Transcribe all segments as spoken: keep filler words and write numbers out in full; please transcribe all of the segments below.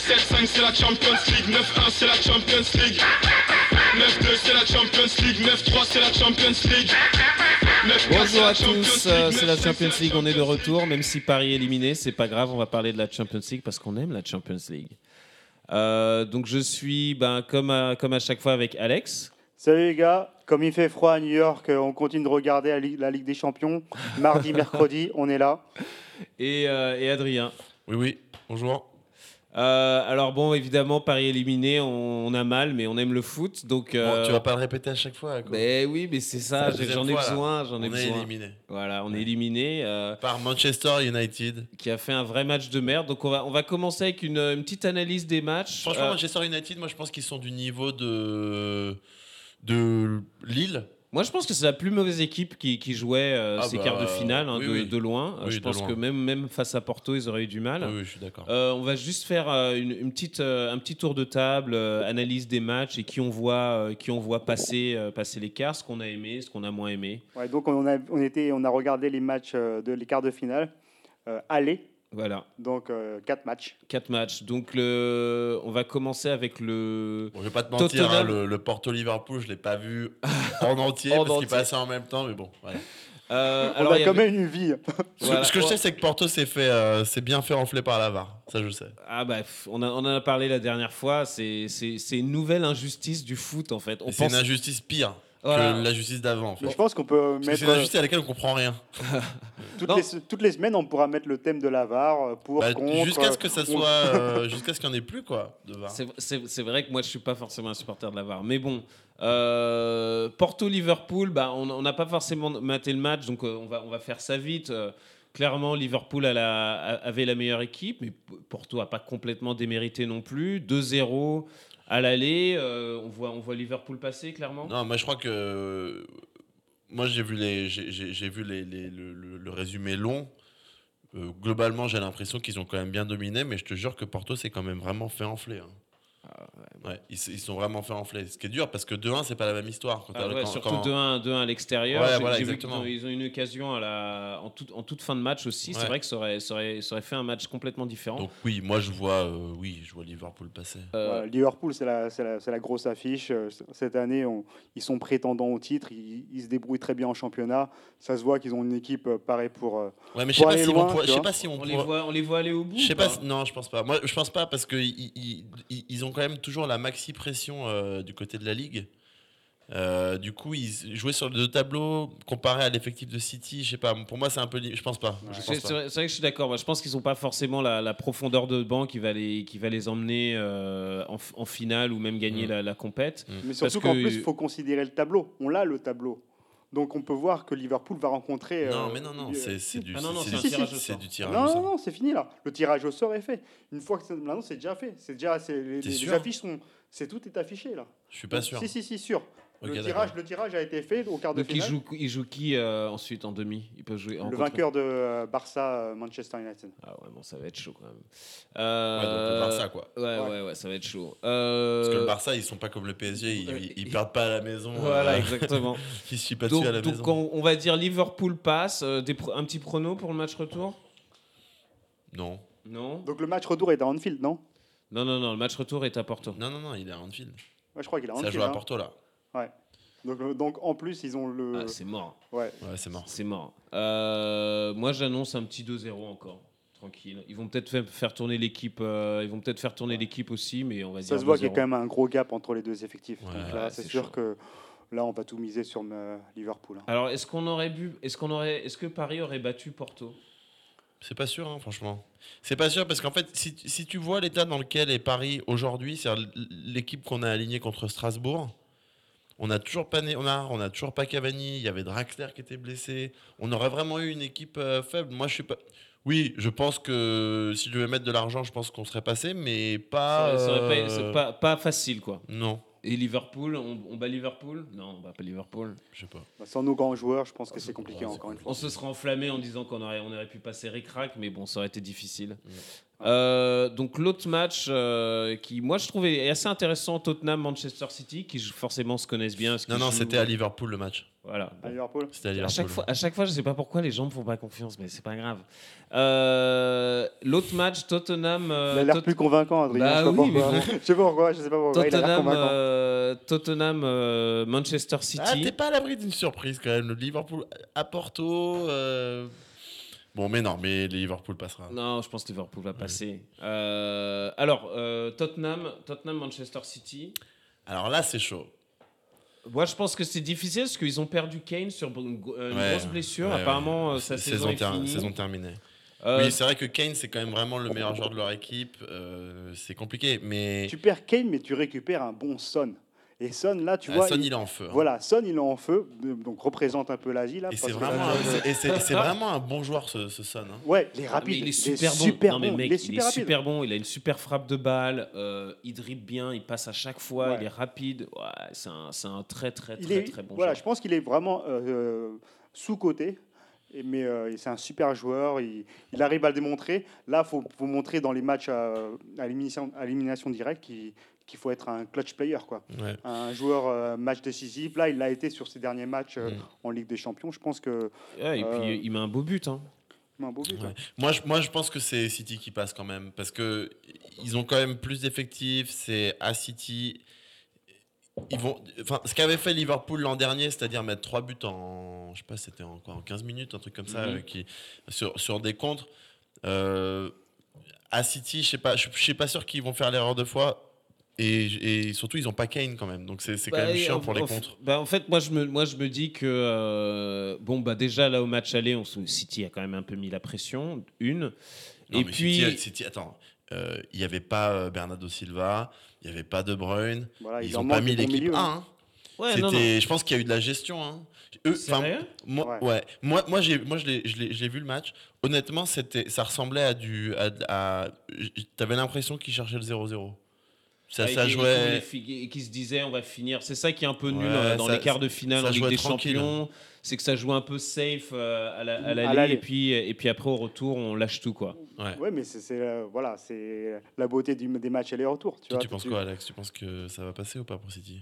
sept cinq c'est la Champions League, neuf un c'est la Champions League, neuf deux c'est la Champions League, neuf trois c'est la Champions League. Bonjour à tous, euh, c'est la Champions League, on est de retour, même si Paris est éliminé, c'est pas grave, on va parler de la Champions League parce qu'on aime la Champions League. Euh, donc je suis ben, comme, à, comme à chaque fois avec Alex. Salut les gars, comme il fait froid à New York, on continue de regarder la Ligue, la Ligue des Champions. Mardi, mercredi, on est là. Et, euh, et Adrien. Oui, oui, bonjour. Euh, alors bon, évidemment, Paris éliminé, on, on a mal, mais on aime le foot, donc. Euh, bon, tu vas pas le répéter à chaque fois. Quoi. Ben oui, mais c'est ça. C'est j'en ai besoin, là. j'en ai on besoin. On est éliminé. Voilà, on ouais. est éliminé euh, par Manchester United, qui a fait un vrai match de merde. Donc on va on va commencer avec une, une petite analyse des matchs. Franchement, euh, Manchester United, moi je pense qu'ils sont du niveau de de Lille. Moi, je pense que c'est la plus mauvaise équipe qui, qui jouait euh, ah ces bah, quarts de finale hein, oui, de, oui. de loin. Oui, je pense loin. que même, même face à Porto, ils auraient eu du mal. Oui, oui je suis d'accord. Euh, on va juste faire euh, une, une petite, euh, un petit tour de table, euh, analyse des matchs et qui on voit, euh, qui on voit passer, euh, passer les quarts, ce qu'on a aimé, ce qu'on a moins aimé. Ouais, donc on a, on, était, on a regardé les matchs euh, de les quarts de finale. Euh, aller. Voilà. Donc, euh, quatre matchs. Quatre matchs. Donc, le... on va commencer avec le. Bon, je vais pas te mentir, hein, le, le Porto-Liverpool, je l'ai pas vu en entier en parce entier. qu'il passait en même temps, mais bon. Voilà. Euh, on alors, a quand avait... même une vie. Voilà. Ce que je sais, c'est que Porto s'est, fait, euh, s'est bien fait enfler par la V A R. Ça, je sais. Ah bah, on, a, on en a parlé la dernière fois. C'est, c'est, c'est une nouvelle injustice du foot, en fait. On c'est pense... une injustice pire. Voilà. Que la justice d'avant. En fait. Je pense qu'on peut Parce mettre. C'est une injustice à laquelle on comprend rien. toutes, les, toutes les semaines, on pourra mettre le thème de la V A R pour bah, contre. Jusqu'à ce que ça soit, euh, jusqu'à ce qu'il n'y en ait plus quoi de V A R. C'est, c'est, c'est vrai que moi je suis pas forcément un supporter de la V A R, mais bon. Euh, Porto-Liverpool, bah, on n'a pas forcément maté le match, donc euh, on va on va faire ça vite. Euh, clairement, Liverpool a la, a, avait la meilleure équipe, mais Porto a pas complètement démérité non plus. deux zéro. À l'aller, euh, on, voit, on voit Liverpool passer, clairement. Non, moi je crois que... Moi j'ai vu, les, j'ai, j'ai vu les, les, le, le, le résumé long. Euh, globalement, j'ai l'impression qu'ils ont quand même bien dominé, mais je te jure que Porto s'est quand même vraiment fait enfler. Hein. Ah, ouais, ouais, ils, ils sont vraiment fait enfler. Ce qui est dur, parce que deux un, c'est pas la même histoire. Quand ah, ouais, quand, surtout quand... deux un, deux un à l'extérieur. Ouais, j'ai, voilà, j'ai exactement. vu qu'ils ont, ils ont une occasion à la, en, tout, en toute fin de match aussi. Ouais. C'est vrai que ça aurait, ça, aurait, ça aurait fait un match complètement différent. Donc oui, moi je vois, euh, oui, je vois Liverpool passer. Euh... Ouais, Liverpool, c'est la, c'est, la, c'est la grosse affiche. Cette année, on, ils sont prétendants au titre. Ils, ils se débrouillent très bien en championnat. Ça se voit qu'ils ont une équipe pareille pour. Ouais, mais je sais pas, si loin, pour... sais pas si on, on, pour... les voit, on les voit aller au bout. Je sais pas. Si... Non, je pense pas. Moi, je pense pas parce que ils, ils, ils, ils ont quand même toujours la maxi pression euh, du côté de la Ligue. Euh, du coup, ils jouaient sur les deux tableaux comparé à l'effectif de City. Je sais pas. Pour moi, c'est un peu. Je pense pas. Je c'est, pense c'est, pas. Vrai, c'est vrai que je suis d'accord. Moi, je pense qu'ils n'ont pas forcément la, la profondeur de banc qui va les, qui va les emmener euh, en, en finale ou même gagner mmh. la, la compète. Mmh. Mais surtout qu'en que... plus, il faut considérer le tableau. On l'a le tableau. Donc on peut voir que Liverpool va rencontrer. Non, euh, mais non, non, euh, c'est, c'est du, ah non, non, c'est, c'est, c'est, tirage c'est, au c'est sort. du tirage non, au sort. Non, non, c'est fini là. Le tirage au sort est fait. Une fois que c'est, maintenant, c'est déjà fait. C'est déjà, c'est, les, les, les affiches sont, c'est tout est affiché là. Je suis pas sûr. Si, si, si, sûr. Okay, le, tirage, le tirage a été fait au quart de Donc finale. Il joue, il joue qui euh, ensuite en demi? Ils peuvent jouer. Le vainqueur de euh, Barça Manchester United. Ah ouais, bon, ça va être chaud quand même. Euh... Ouais, donc le Barça quoi. Ouais, ouais, ouais, ouais ça va être chaud. Euh... Parce que le Barça, ils sont pas comme le P S G, ils, ils, ils perdent pas à la maison. Voilà, euh... exactement. Ils se chient pas donc, dessus à la donc maison. Donc on, on va dire Liverpool passe. Euh, des pro- un petit prono pour le match retour? Non. Non. Donc le match retour est à Anfield, non? Non, non, non, le match retour est à Porto. Non, non, non, il est à Anfield. Ouais, je crois qu'il est à Anfield. Ça joue à hein. Porto là. Ouais. Donc, donc en plus, ils ont le. Ah, c'est mort. Ouais, ouais c'est mort. C'est mort. Euh, moi, j'annonce un petit deux zéro encore. Tranquille. Ils vont peut-être faire, faire tourner l'équipe. Euh, ils vont peut-être faire tourner ouais. l'équipe aussi, mais on va ça dire. Ça se voit qu'il y a quand même un gros gap entre les deux effectifs. Ouais, donc là, ouais, c'est, c'est sûr chaud. que là, on va tout miser sur euh, Liverpool. Hein. Alors, est-ce qu'on aurait bu Est-ce qu'on aurait Est-ce que Paris aurait battu Porto? C'est pas sûr, hein, franchement. C'est pas sûr parce qu'en fait, si, si tu vois l'état dans lequel est Paris aujourd'hui, c'est l'équipe qu'on a alignée contre Strasbourg. On n'a toujours pas, on a, on a toujours pas Cavani. Il y avait Draxler qui était blessé. On aurait vraiment eu une équipe euh, faible. Moi, je suis pas. Oui, je pense que si je devais mettre de l'argent, je pense qu'on serait passé, mais pas. Ça, ça euh... pas, c'est pas, pas facile, quoi. Non. Et Liverpool, on, on bat Liverpool? Non, on bat pas Liverpool. Je sais pas. Bah, sans nos grands joueurs, je pense que c'est compliqué ouais, encore c'est une fois. On se serait enflammé en disant qu'on aurait, on aurait pu passer ric-rac, mais bon, ça aurait été difficile. Ouais. Euh, donc l'autre match euh, qui, moi, je trouvais est assez intéressant, Tottenham-Manchester City, qui forcément se connaissent bien. Non, non, c'était à Liverpool le match. Voilà. À Liverpool. C'était à À Liverpool. chaque fois, à chaque fois, je sais pas pourquoi les gens me font pas confiance, mais c'est pas grave. Euh, l'autre match, Tottenham. euh, Il a l'air Tot- plus convaincant, Adrien. Bah je sais pas oui, mais pourquoi. bon. Je sais pas pourquoi, je sais pas pourquoi. Il a l'air Tottenham, convaincant. euh, Tottenham euh, Manchester City. Ah, t'es pas à l'abri d'une surprise quand même. Le Liverpool à Porto. euh, Bon, mais non, mais le Liverpool passera. Non, je pense que Liverpool va passer. Euh, alors, euh, Tottenham, Tottenham, Manchester City. Alors là, c'est chaud. Moi, je pense que c'est difficile parce qu'ils ont perdu Kane sur une, go- euh, une Ouais, grosse blessure. ouais, Apparemment, ouais. euh, sa saison, saison est ter- finie. saison terminée. Euh, Oui, c'est vrai que Kane, c'est quand même vraiment le meilleur joueur de leur équipe. euh, c'est compliqué, mais Tu perds Kane, mais tu récupères un bon Son. Et Son, là, tu Ah, vois. Son, il- il est en feu. hein. Voilà, Son, il est en feu, de- donc représente un peu l'Asie là. Et parce c'est que- vraiment, un- c'est- et c'est- c'est vraiment un bon joueur, ce, ce Son. hein. Ouais, il est ah, mais rapide. il est super bon. super Non, mais bon. mec, il est super rapide. super bon. Il a une super frappe de balle. euh, il dribble bien. Il passe à chaque fois. Ouais. Il est rapide. Ouais, c'est un, c'est un très, très, Il très, est, très bon voilà, joueur. je pense qu'il est vraiment euh, euh, sous-coté. Et- Mais euh, c'est un super joueur, il, il arrive à le démontrer. Là, il faut, faut montrer dans les matchs à, à élimination, à élimination directe qu'il qu'il faut être un clutch player, quoi. Ouais. Un joueur euh, match décisif. Là, il l'a été sur ses derniers matchs euh, Mm. en Ligue des Champions. Je pense que Ouais, et Euh, puis, il met un beau but. Hein. un beau but. Ouais. hein. Moi, je, moi, je pense que c'est City qui passe quand même. Parce que ils ont quand même plus d'effectifs. C'est à City. Ils vont, enfin, ce qu'avait fait Liverpool l'an dernier, c'est-à-dire mettre trois buts en, je sais pas, c'était en, quoi, en quinze minutes, un truc comme ça, Mhm. euh, qui, sur, sur des contres. Euh, à City, je sais pas, je, je suis pas sûr qu'ils vont faire l'erreur deux fois. Et, et surtout, ils ont pas Kane quand même. Donc c'est c'est quand Bah, même et chiant en- pour les en- contres. bah, en fait, moi je, me, moi, je me dis que euh, bon, bah, déjà là au match aller, on, se- City a quand même un peu mis la pression. Une. Non, et mais puis. City, City, attends, euh, il n'y avait pas euh, Bernardo Silva, il n'y avait pas De Bruyne. Voilà, il Ils en n'ont pas manque mis de bons l'équipe milieux, un. hein. hein. Ouais, non, non. C'était, je pense qu'il y a eu de la gestion. Hein. Eux, enfin, Sérieux moi, Ouais. ouais. moi, moi, j'ai, moi, je l'ai, je l'ai, je l'ai vu le match. Honnêtement, c'était, ça ressemblait à du, à, à- t'avais l'impression qu'ils cherchaient le zéro zéro. Ça, Ah, ça et- et- jouait. et fi- et qui se disait on va finir. C'est ça qui est un peu nul Ouais, euh, dans ça- les quarts de finale ça en Ligue jouait des tranquille. Champions. C'est que ça joue un peu safe euh, à la- à À l'aller l'aller. et puis, et puis après au retour on lâche tout quoi. Ouais. Ouais, mais c'est c'est, euh, voilà, c'est la beauté du- des matchs aller-retour. Tu, Toi, vois, tu penses quoi, Alex? Tu penses que ça va passer ou pas pour City?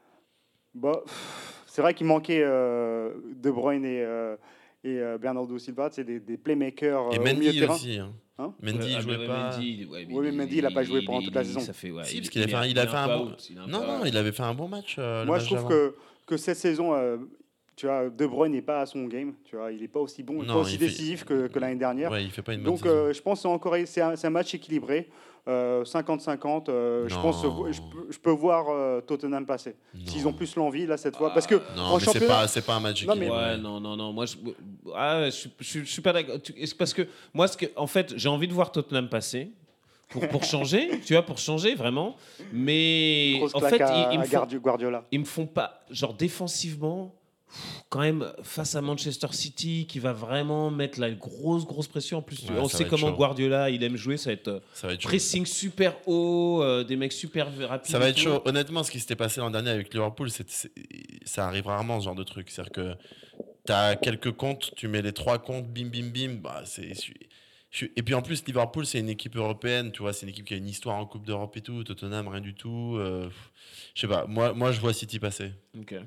Bah, pff, c'est vrai qu'il manquait euh, De Bruyne et, euh, et euh, Bernardo Silva, c'est des, des playmakers Et euh, au milieu de Mendy terrain. aussi. Hein. Hein Mendy, Ouais, il ah, jouait mais pas. Mendy, ouais, Ouais, mais Mendy, il a pas joué pendant toute la saison. Ça fait, ouais, Si, il- parce qu'il a il fait un- est- il a est fait un peu bon- out, il est un Non, peu non, out. il avait fait un bon match. euh, le Moi, match je trouve d'avant. que, que cette saison, euh, tu vois, De Bruyne n'est pas à son game. Tu vois, il n'est pas aussi bon, Non, pas aussi il fait- décisif que, que l'année dernière. Ouais, il fait pas une bonne Donc, saison. euh, je pense que c'est encore c'est un, c'est un match équilibré, euh, cinquante cinquante. euh, je Non. pense, que je, peux- je peux voir euh, Tottenham passer. S'ils Non. ont plus l'envie là cette fois, parce que Non, en mais c'est championnat, pas, c'est pas un match Non, mais- équilibré. Ouais, non, non, non. Moi, je, ah, je, suis- je, suis- je suis pas d'accord. Tu- c'est Parce que moi, ce que, en fait, j'ai envie de voir Tottenham passer pour, pour changer, tu vois, pour changer vraiment. Mais grosse en claque fait, à, ils, ils me à font, Guardi- Guardiola. ils me font pas, genre défensivement, pff, quand même face à Manchester City qui va vraiment mettre la grosse, grosse pression. En plus, Ouais, on ça sait va être comment chaud. Guardiola, il aime jouer. Ça va être euh, Ça va être chaud. pressing super haut, euh, des mecs super rapides. Ça va et être tout. chaud. Honnêtement, ce qui s'était passé l'an dernier avec Liverpool, c'est, c'est- ça arrive rarement ce genre de truc. C'est-à-dire que tu as quelques comptes, tu mets les trois comptes, bim, bim, bim. Bah, c'est, je- je- et puis en plus, Liverpool, c'est une équipe européenne. Tu vois, c'est une équipe qui a une histoire en Coupe d'Europe et tout. Tottenham, rien du tout. Euh, je sais pas. Moi, moi, je vois City passer. Ok.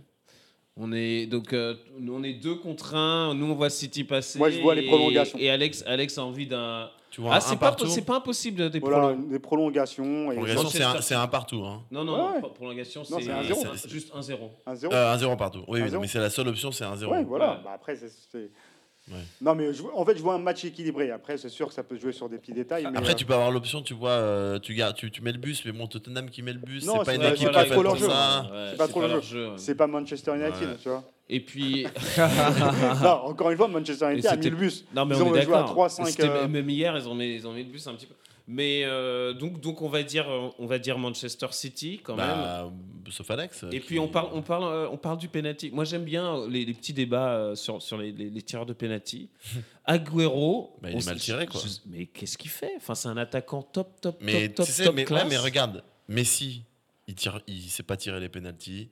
On est donc euh, on est deux contre un. Nous on voit City passer. Moi, je vois les et- prolongations. Et Alex, Alex a envie d'un. Tu vois, Ah un c'est pas partout. c'est pas impossible des Voilà, prolongations. des prolongations et Prolongation, c'est un, Manchester- c'est un partout. Hein. Non non Ouais. non, pro- prolongation Non, c'est c'est un zéro. c'est juste un zéro. un zéro. Euh, un zéro partout. Oui, Un oui, zéro. mais c'est la seule option, c'est un zéro. Ouais, voilà. Ouais. Bah, après, c'est, c'est- Ouais. Non, mais je- en fait, je vois un match équilibré. Après, c'est sûr que ça peut se jouer sur des petits détails. Mais, Après, euh, tu peux avoir l'option, tu vois, euh, tu, gardes, tu, tu mets le bus, mais bon, Tottenham qui met le bus, Non, c'est pas c'est une pas- équipe c'est qui pas est faite trop pour leur jeu. ça. Ouais, c'est pas trop leur leur jeu. c'est pas Manchester United, Ouais. tu vois. Et puis non, encore une fois, Manchester United a mis c'était- le bus. non mais Ils on ont est joué à d'accord. trois cinq, C'était euh, même hier ils ont mis ils ont mis le bus un petit peu. Mais euh, donc donc on va dire on va dire Manchester City quand même. Bah, sauf Alex. Et qui- puis on parle, on parle, euh, on parle du penalty. Moi j'aime bien les, les petits débats euh, sur, sur les, les, les tireurs de penalty. Agüero, Bah, il est on s- mal tiré, quoi. je- mais qu'est-ce qu'il fait? Enfin c'est un attaquant top, top, Mais top, top, tu sais, top mais, ouais, classe. mais regarde, Messi, il tire, il sait pas tirer les pénaltys.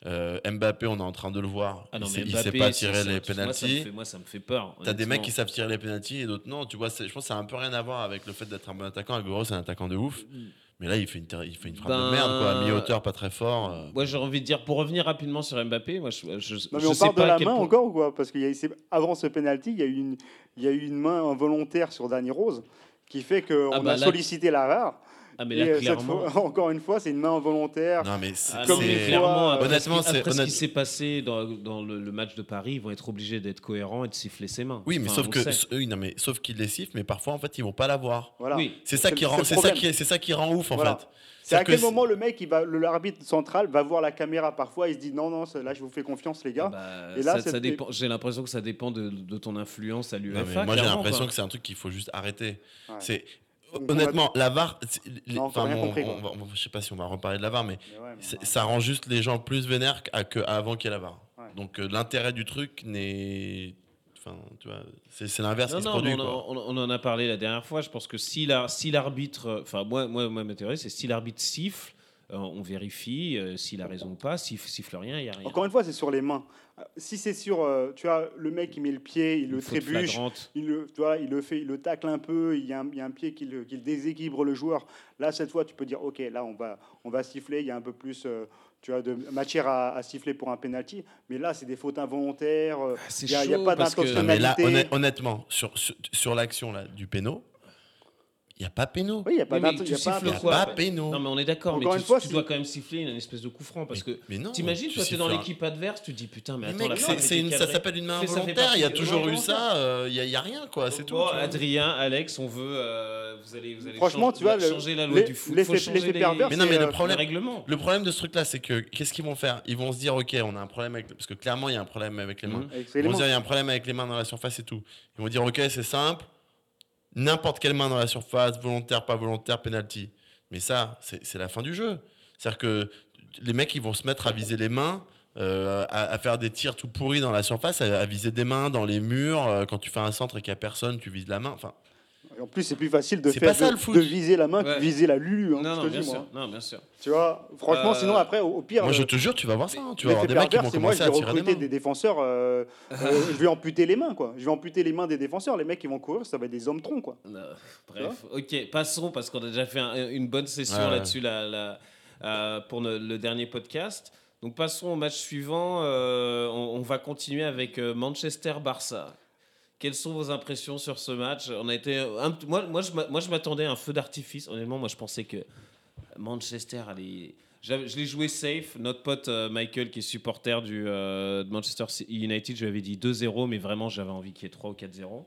Euh, Mbappé, on est en train de le voir. Ah non, il mais sait, il Mbappé, sait pas c'est- tirer c'est- les moi, ça me pénaltys. fait- Moi, ça me fait peur. T'as des mecs honnêtement. qui savent tirer les pénaltys et d'autres non. Tu vois, c'est- je pense que ça a un peu rien à voir avec le fait d'être un bon attaquant. Aguero, c'est un attaquant de ouf. Mais là, il fait une, ter- il fait une frappe Ben, de merde, quoi. Mi-hauteur, pas très fort. euh. Moi, j'ai envie de dire, pour revenir rapidement sur Mbappé, moi, je, je, Non, mais je on sais parle pas de à la quel main point- encore ou quoi? Parce qu'avant ce penalty, il y a eu une, il y a eu une main involontaire sur Danny Rose qui fait qu'on Ah bah a là- sollicité la V A R. Ah, mais Et là, euh, cette clairement. fois- encore une fois, c'est une main involontaire. Non, mais c'est. Ah Comme non, mais une c'est- clairement, fois, après honnêtement, ce qui, c'est après ce honnête- qui s'est passé dans, dans le, le match de Paris, ils vont être obligés d'être cohérents et de siffler ses mains. Oui, mais Enfin, sauf on que, sait. s- oui, non, mais sauf qu'ils les sifflent, mais parfois en fait ils vont pas l'avoir. Voilà. Oui. C'est ça C'est qui le- rend, c'est le c'est ça problème. qui, est- c'est ça qui rend ouf en Voilà. fait. C'est à C'est-à-dire quel que moment le mec, il va, le- l'arbitre central va voir la caméra parfois, il se dit non, non, c'est- là je vous fais confiance les Ah gars. bah, Et là, ça- ça c'est- dépend- j'ai l'impression que ça dépend de, de ton influence à Non, l'UEFA. mais moi j'ai clairement, l'impression quoi. que c'est un truc qu'il faut juste arrêter. Ouais. C'est Donc, honnêtement la V A R. c'est- les- Non, enfin, t'as rien bon, compris, on quoi. va- on va- je sais pas si on va reparler de la V A R, mais Mais ouais, mais c'est- ouais. ça rend juste les gens plus vénères qu'à- qu'avant qu'il y ait la V A R. Ouais. Donc euh, l'intérêt du truc n'est, enfin tu vois, c'est c'est l'inverse Non, qui se non, produit. mais on, quoi. on- on en a parlé la dernière fois. Je pense que si la- si l'arbitre, enfin moi, moi, moi, ma théorie, c'est si l'arbitre siffle, euh, on vérifie euh, s'il a raison ou pas. S'il siffle rien, il y a rien. Encore une fois, c'est sur les mains. Euh, Si c'est sur, euh, tu vois, le mec il met le pied, il Une le faute trébuche, flagrante. il le, tu vois, il le fait, il le tacle un peu, il y a un, il y a un pied qui le, qui le déséquilibre le joueur. Là, cette fois, tu peux dire, ok, là on va, on va siffler, il y a un peu plus, euh, tu vois, de matière à, à siffler pour un penalty. Mais là, c'est des fautes involontaires. euh, Ah, c'est Il y a- il y a chaud pas parce que- Non, mais là, personnalité. honnêt- honnêtement, sur, sur, sur l'action là, du péno, il n'y a pas péno. Oui, il n'y a pas Oui, mais d'inter- tu il y a pas siffles Il n'y a inter- quoi pas bah, péno. Non, mais on est d'accord. Mais Encore tu, une fois, tu si- dois quand même siffler une espèce de coup franc parce que mais non, t'imagines, tu toi, t'es dans siffles un- l'équipe adverse, tu te dis putain, mais Mais attends, mec, la c'est- frappe c'est était une- ça cadrée. s'appelle une main Mais ça fait involontaire. Il y a partie- toujours Ouais, eu volontaire. ça. euh, Il n'y a, il y a rien, quoi. C'est tout. Bon, tu vois. Adrien, Alex, on veut. euh, vous allez, vous allez Franchement, changer, tu vois, le- changer la loi les- du foot. l'effet- Faut changer l'effet les, pervers, Mais non, mais c'est, le euh, les problème, règlements. le problème de ce truc-là, c'est que qu'est-ce qu'ils vont faire? Ils vont se dire, ok, on a un problème avec, parce que clairement, il y a un problème avec les mains. Mhm. avec Ils ses vont éléments. se dire, il y a un problème avec les mains dans la surface et tout. Ils vont dire, ok, c'est simple. N'importe quelle main dans la surface, volontaire, pas volontaire, penalty. Mais ça, c'est c'est la fin du jeu. C'est-à-dire que les mecs, ils vont se mettre à viser les mains, euh, à, à faire des tirs tout pourris dans la surface, à, à viser des mains dans les murs. euh, quand tu fais un centre et qu'il n'y a personne, tu vises la main. Enfin, Et en plus, c'est plus facile de C'est faire pas ça, de, le foot. de viser la main Ouais. que de viser la lulu. Hein, Non, je non, te bien dis, sûr. moi. Non, bien sûr. Tu vois, franchement, Euh, sinon après, au, au pire, moi, je euh, te jure, tu vas voir ça. hein. Tu vas avoir l'effet des mecs qui pervers, vont c'est moi, je commencer vais à tirer des recruter mains. des défenseurs. euh, euh, je vais amputer les mains, quoi. Je vais amputer les mains des défenseurs. Les mecs qui vont courir, ça va être des hommes troncs, quoi. Euh, bref, ok, passons parce qu'on a déjà fait un- une bonne session Ouais, ouais. là-dessus la- la- euh, pour le, le dernier podcast. Donc passons au match suivant. Euh, on, on va continuer avec euh, Manchester-Barça. Quelles sont vos impressions sur ce match? On a été un- moi, moi, je m'a- moi, je m'attendais à un feu d'artifice. Honnêtement, moi, je pensais que Manchester allait. j'avais- Je l'ai joué safe. Notre pote euh, Michael, qui est supporter du, euh, de Manchester United, je lui avais dit deux zéro, mais vraiment, j'avais envie qu'il y ait trois ou quatre zéro.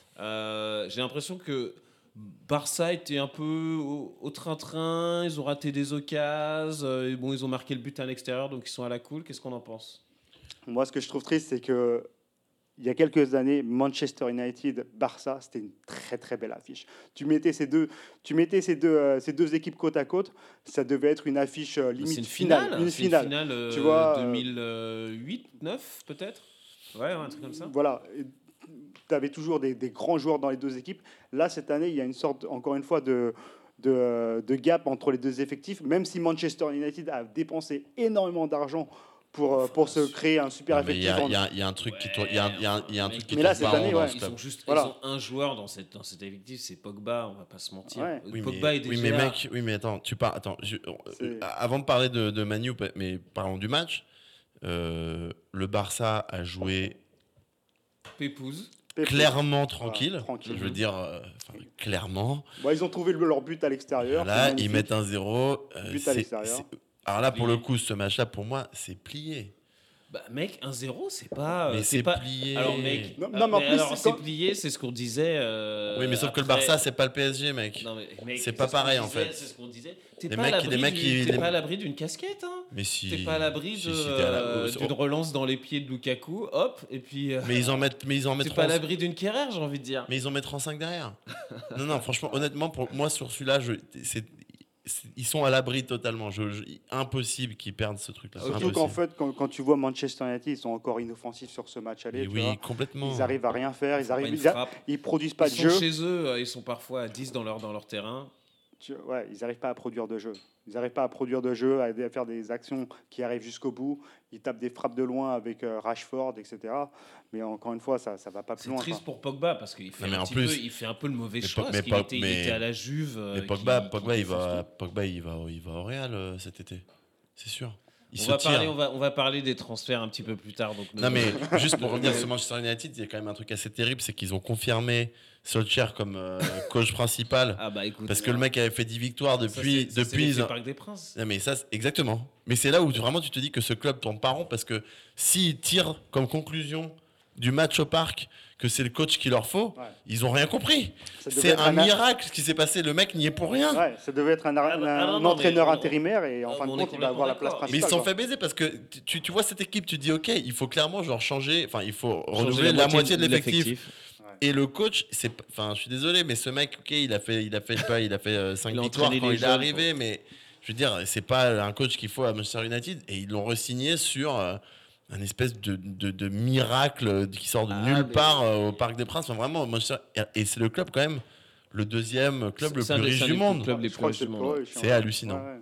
Euh, J'ai l'impression que Barça était un peu au, au train-train. Ils ont raté des occasions. euh, et bon, ils ont marqué le but à l'extérieur, donc ils sont à la cool. Qu'est-ce qu'on en pense? Moi, ce que je trouve triste, c'est que il y a quelques années, Manchester United, Barça, c'était une très très belle affiche. Tu mettais ces deux, tu mettais ces deux, euh, ces deux équipes côte à côte, ça devait être une affiche euh, limite C'est une finale, finale. une c'est finale. Une finale euh, Tu vois, euh, deux mille huit, neuf peut-être. Ouais, un truc comme ça. Voilà. Tu avais toujours des, des grands joueurs dans les deux équipes. Là, cette année, il y a une sorte, encore une fois, de, de, de gap entre les deux effectifs. Même si Manchester United a dépensé énormément d'argent pour, euh, pour se créer un super Non, mais Il y, effectif. a- en- il y a- il y a un truc qui tourne. Il y a, il y a un- il y a un truc qui Mais là, tourne cette pas année, rond dans ouais. ce Ils club. ont juste Voilà. ils ont un joueur dans, cette, dans cet effectif, c'est Pogba, on va pas se mentir. Ouais. Oui, Pogba mais, est déjà oui, mais là. mec, oui, mais attends, tu parles. Attends, je- euh, C'est- avant de parler de, de Manu, mais parlons du match. Euh, le Barça a joué Pépouze. Pépé. clairement tranquille. Voilà, tranquille. Je veux dire, euh, enfin, clairement. Bon, ils ont trouvé le- leur but à l'extérieur. Là, c'est ils magnifique. mettent un zéro. euh, But à c'est- l'extérieur. c'est- Alors là, pour le Plié. coup, ce match-là, pour moi, c'est plié. Bah, mec, un zéro, c'est pas. Mais euh, c'est pas... plié. Alors, mec, Non, euh, non, mais en mais plus, alors, c'est c'est quand- plié, c'est ce qu'on disait. euh, Oui, mais sauf que le après- Barça, c'est pas le P S G, mec. Non, mais, mec, C'est pas ce qu'on pareil, en disait, fait. C'est ce qu'on disait. T'es Les pas, à mecs- l'abri les mecs, du- ils- t'es les- pas à l'abri d'une casquette, hein. Mais si. T'es pas à l'abri si, de, si, t'es à la- euh, oh, d'une relance dans les pieds de Lukaku, hop, et puis. euh, Mais ils en mettent, mais ils en T'es mettent. pas à l'abri d'une Kerrer, j'ai envie de dire. Mais ils en mettent trente-cinq derrière. non, non, franchement, honnêtement, pour moi, sur celui-là, je, c'est, c'est- ils sont à l'abri totalement. Je, je- impossible qu'ils perdent ce truc-là. C'est Surtout impossible. qu'en fait, quand, quand tu vois Manchester United, ils sont encore inoffensifs sur ce match aller. Mais tu oui, vois. complètement. Ils arrivent à rien faire. Ils Pas arrivent, une ils, a- frappe. ils produisent pas Ils de sont jeu. chez eux, euh, ils sont parfois à dix dans leur, dans leur terrain. tu- ouais, ils n'arrivent pas à produire de jeu. Ils n'arrivent pas à produire de jeu, à, à faire des actions qui arrivent jusqu'au bout. Ils tapent des frappes de loin avec euh, Rashford, et cetera. Mais encore une fois, ça ne va pas plus C'est loin. triste quoi. pour Pogba parce qu'il fait, Non, mais un en petit plus- peu, il fait un peu le mauvais Mais choix. Po- Parce mais qu'il Po- était, il mais- était à la Juve. euh, Mais qui- Pogba, qui Pogba, il défonce va, tout. Pogba, il va, il va au Real euh, cet été. C'est sûr. Il On se va, tire. parler, on, va, on va parler des transferts un petit peu plus tard. Donc Non, ne- mais juste pour revenir sur Manchester United, il y a quand même un truc assez terrible, c'est qu'ils ont confirmé Solskjaer comme euh, coach principal. Ah bah écoute. Parce que le mec avait fait dix victoires ça, depuis. c'est- ça, c'est depuis l'effet ils ont- Parc des Princes. Non, mais ça, c'est- exactement. Mais c'est là où vraiment tu te dis que ce club tourne pas rond parce que s'ils tirent comme conclusion du match au parc que c'est le coach qu'il leur faut, Ouais. ils ont rien compris. Ça devait C'est être un un- miracle ce qui s'est passé. Le mec n'y est pour rien. Ouais, ça devait être un, ar- Ah bah, un ah non, non, entraîneur mais on- intérimaire et en on- fin de on est compte, il va avoir la place complètement Mais ils principale. se sont quoi. fait baiser parce que tu, tu vois cette équipe, tu te dis ok, il faut clairement genre changer, enfin il faut Changer renouveler la moitié de l'effectif. Et le coach, c'est, p- enfin je suis désolé, mais ce mec, ok, il a fait, il a fait, pas, il a fait cinq Il a victoires entraîné quand les il est jeunes, arrivé, mais je veux dire, c'est pas un coach qu'il faut à Manchester United et ils l'ont re-signé sur euh, un espèce de, de, de miracle qui sort de Ah, nulle mais- part euh, au Parc des Princes. Enfin, vraiment, Manchester, et c'est le club quand même, le deuxième club le C'est plus un des- riche c'est un du des monde. clubs les Je plus crois que riches c'est du le monde. plus riche, C'est ouais. hallucinant. Ouais, ouais.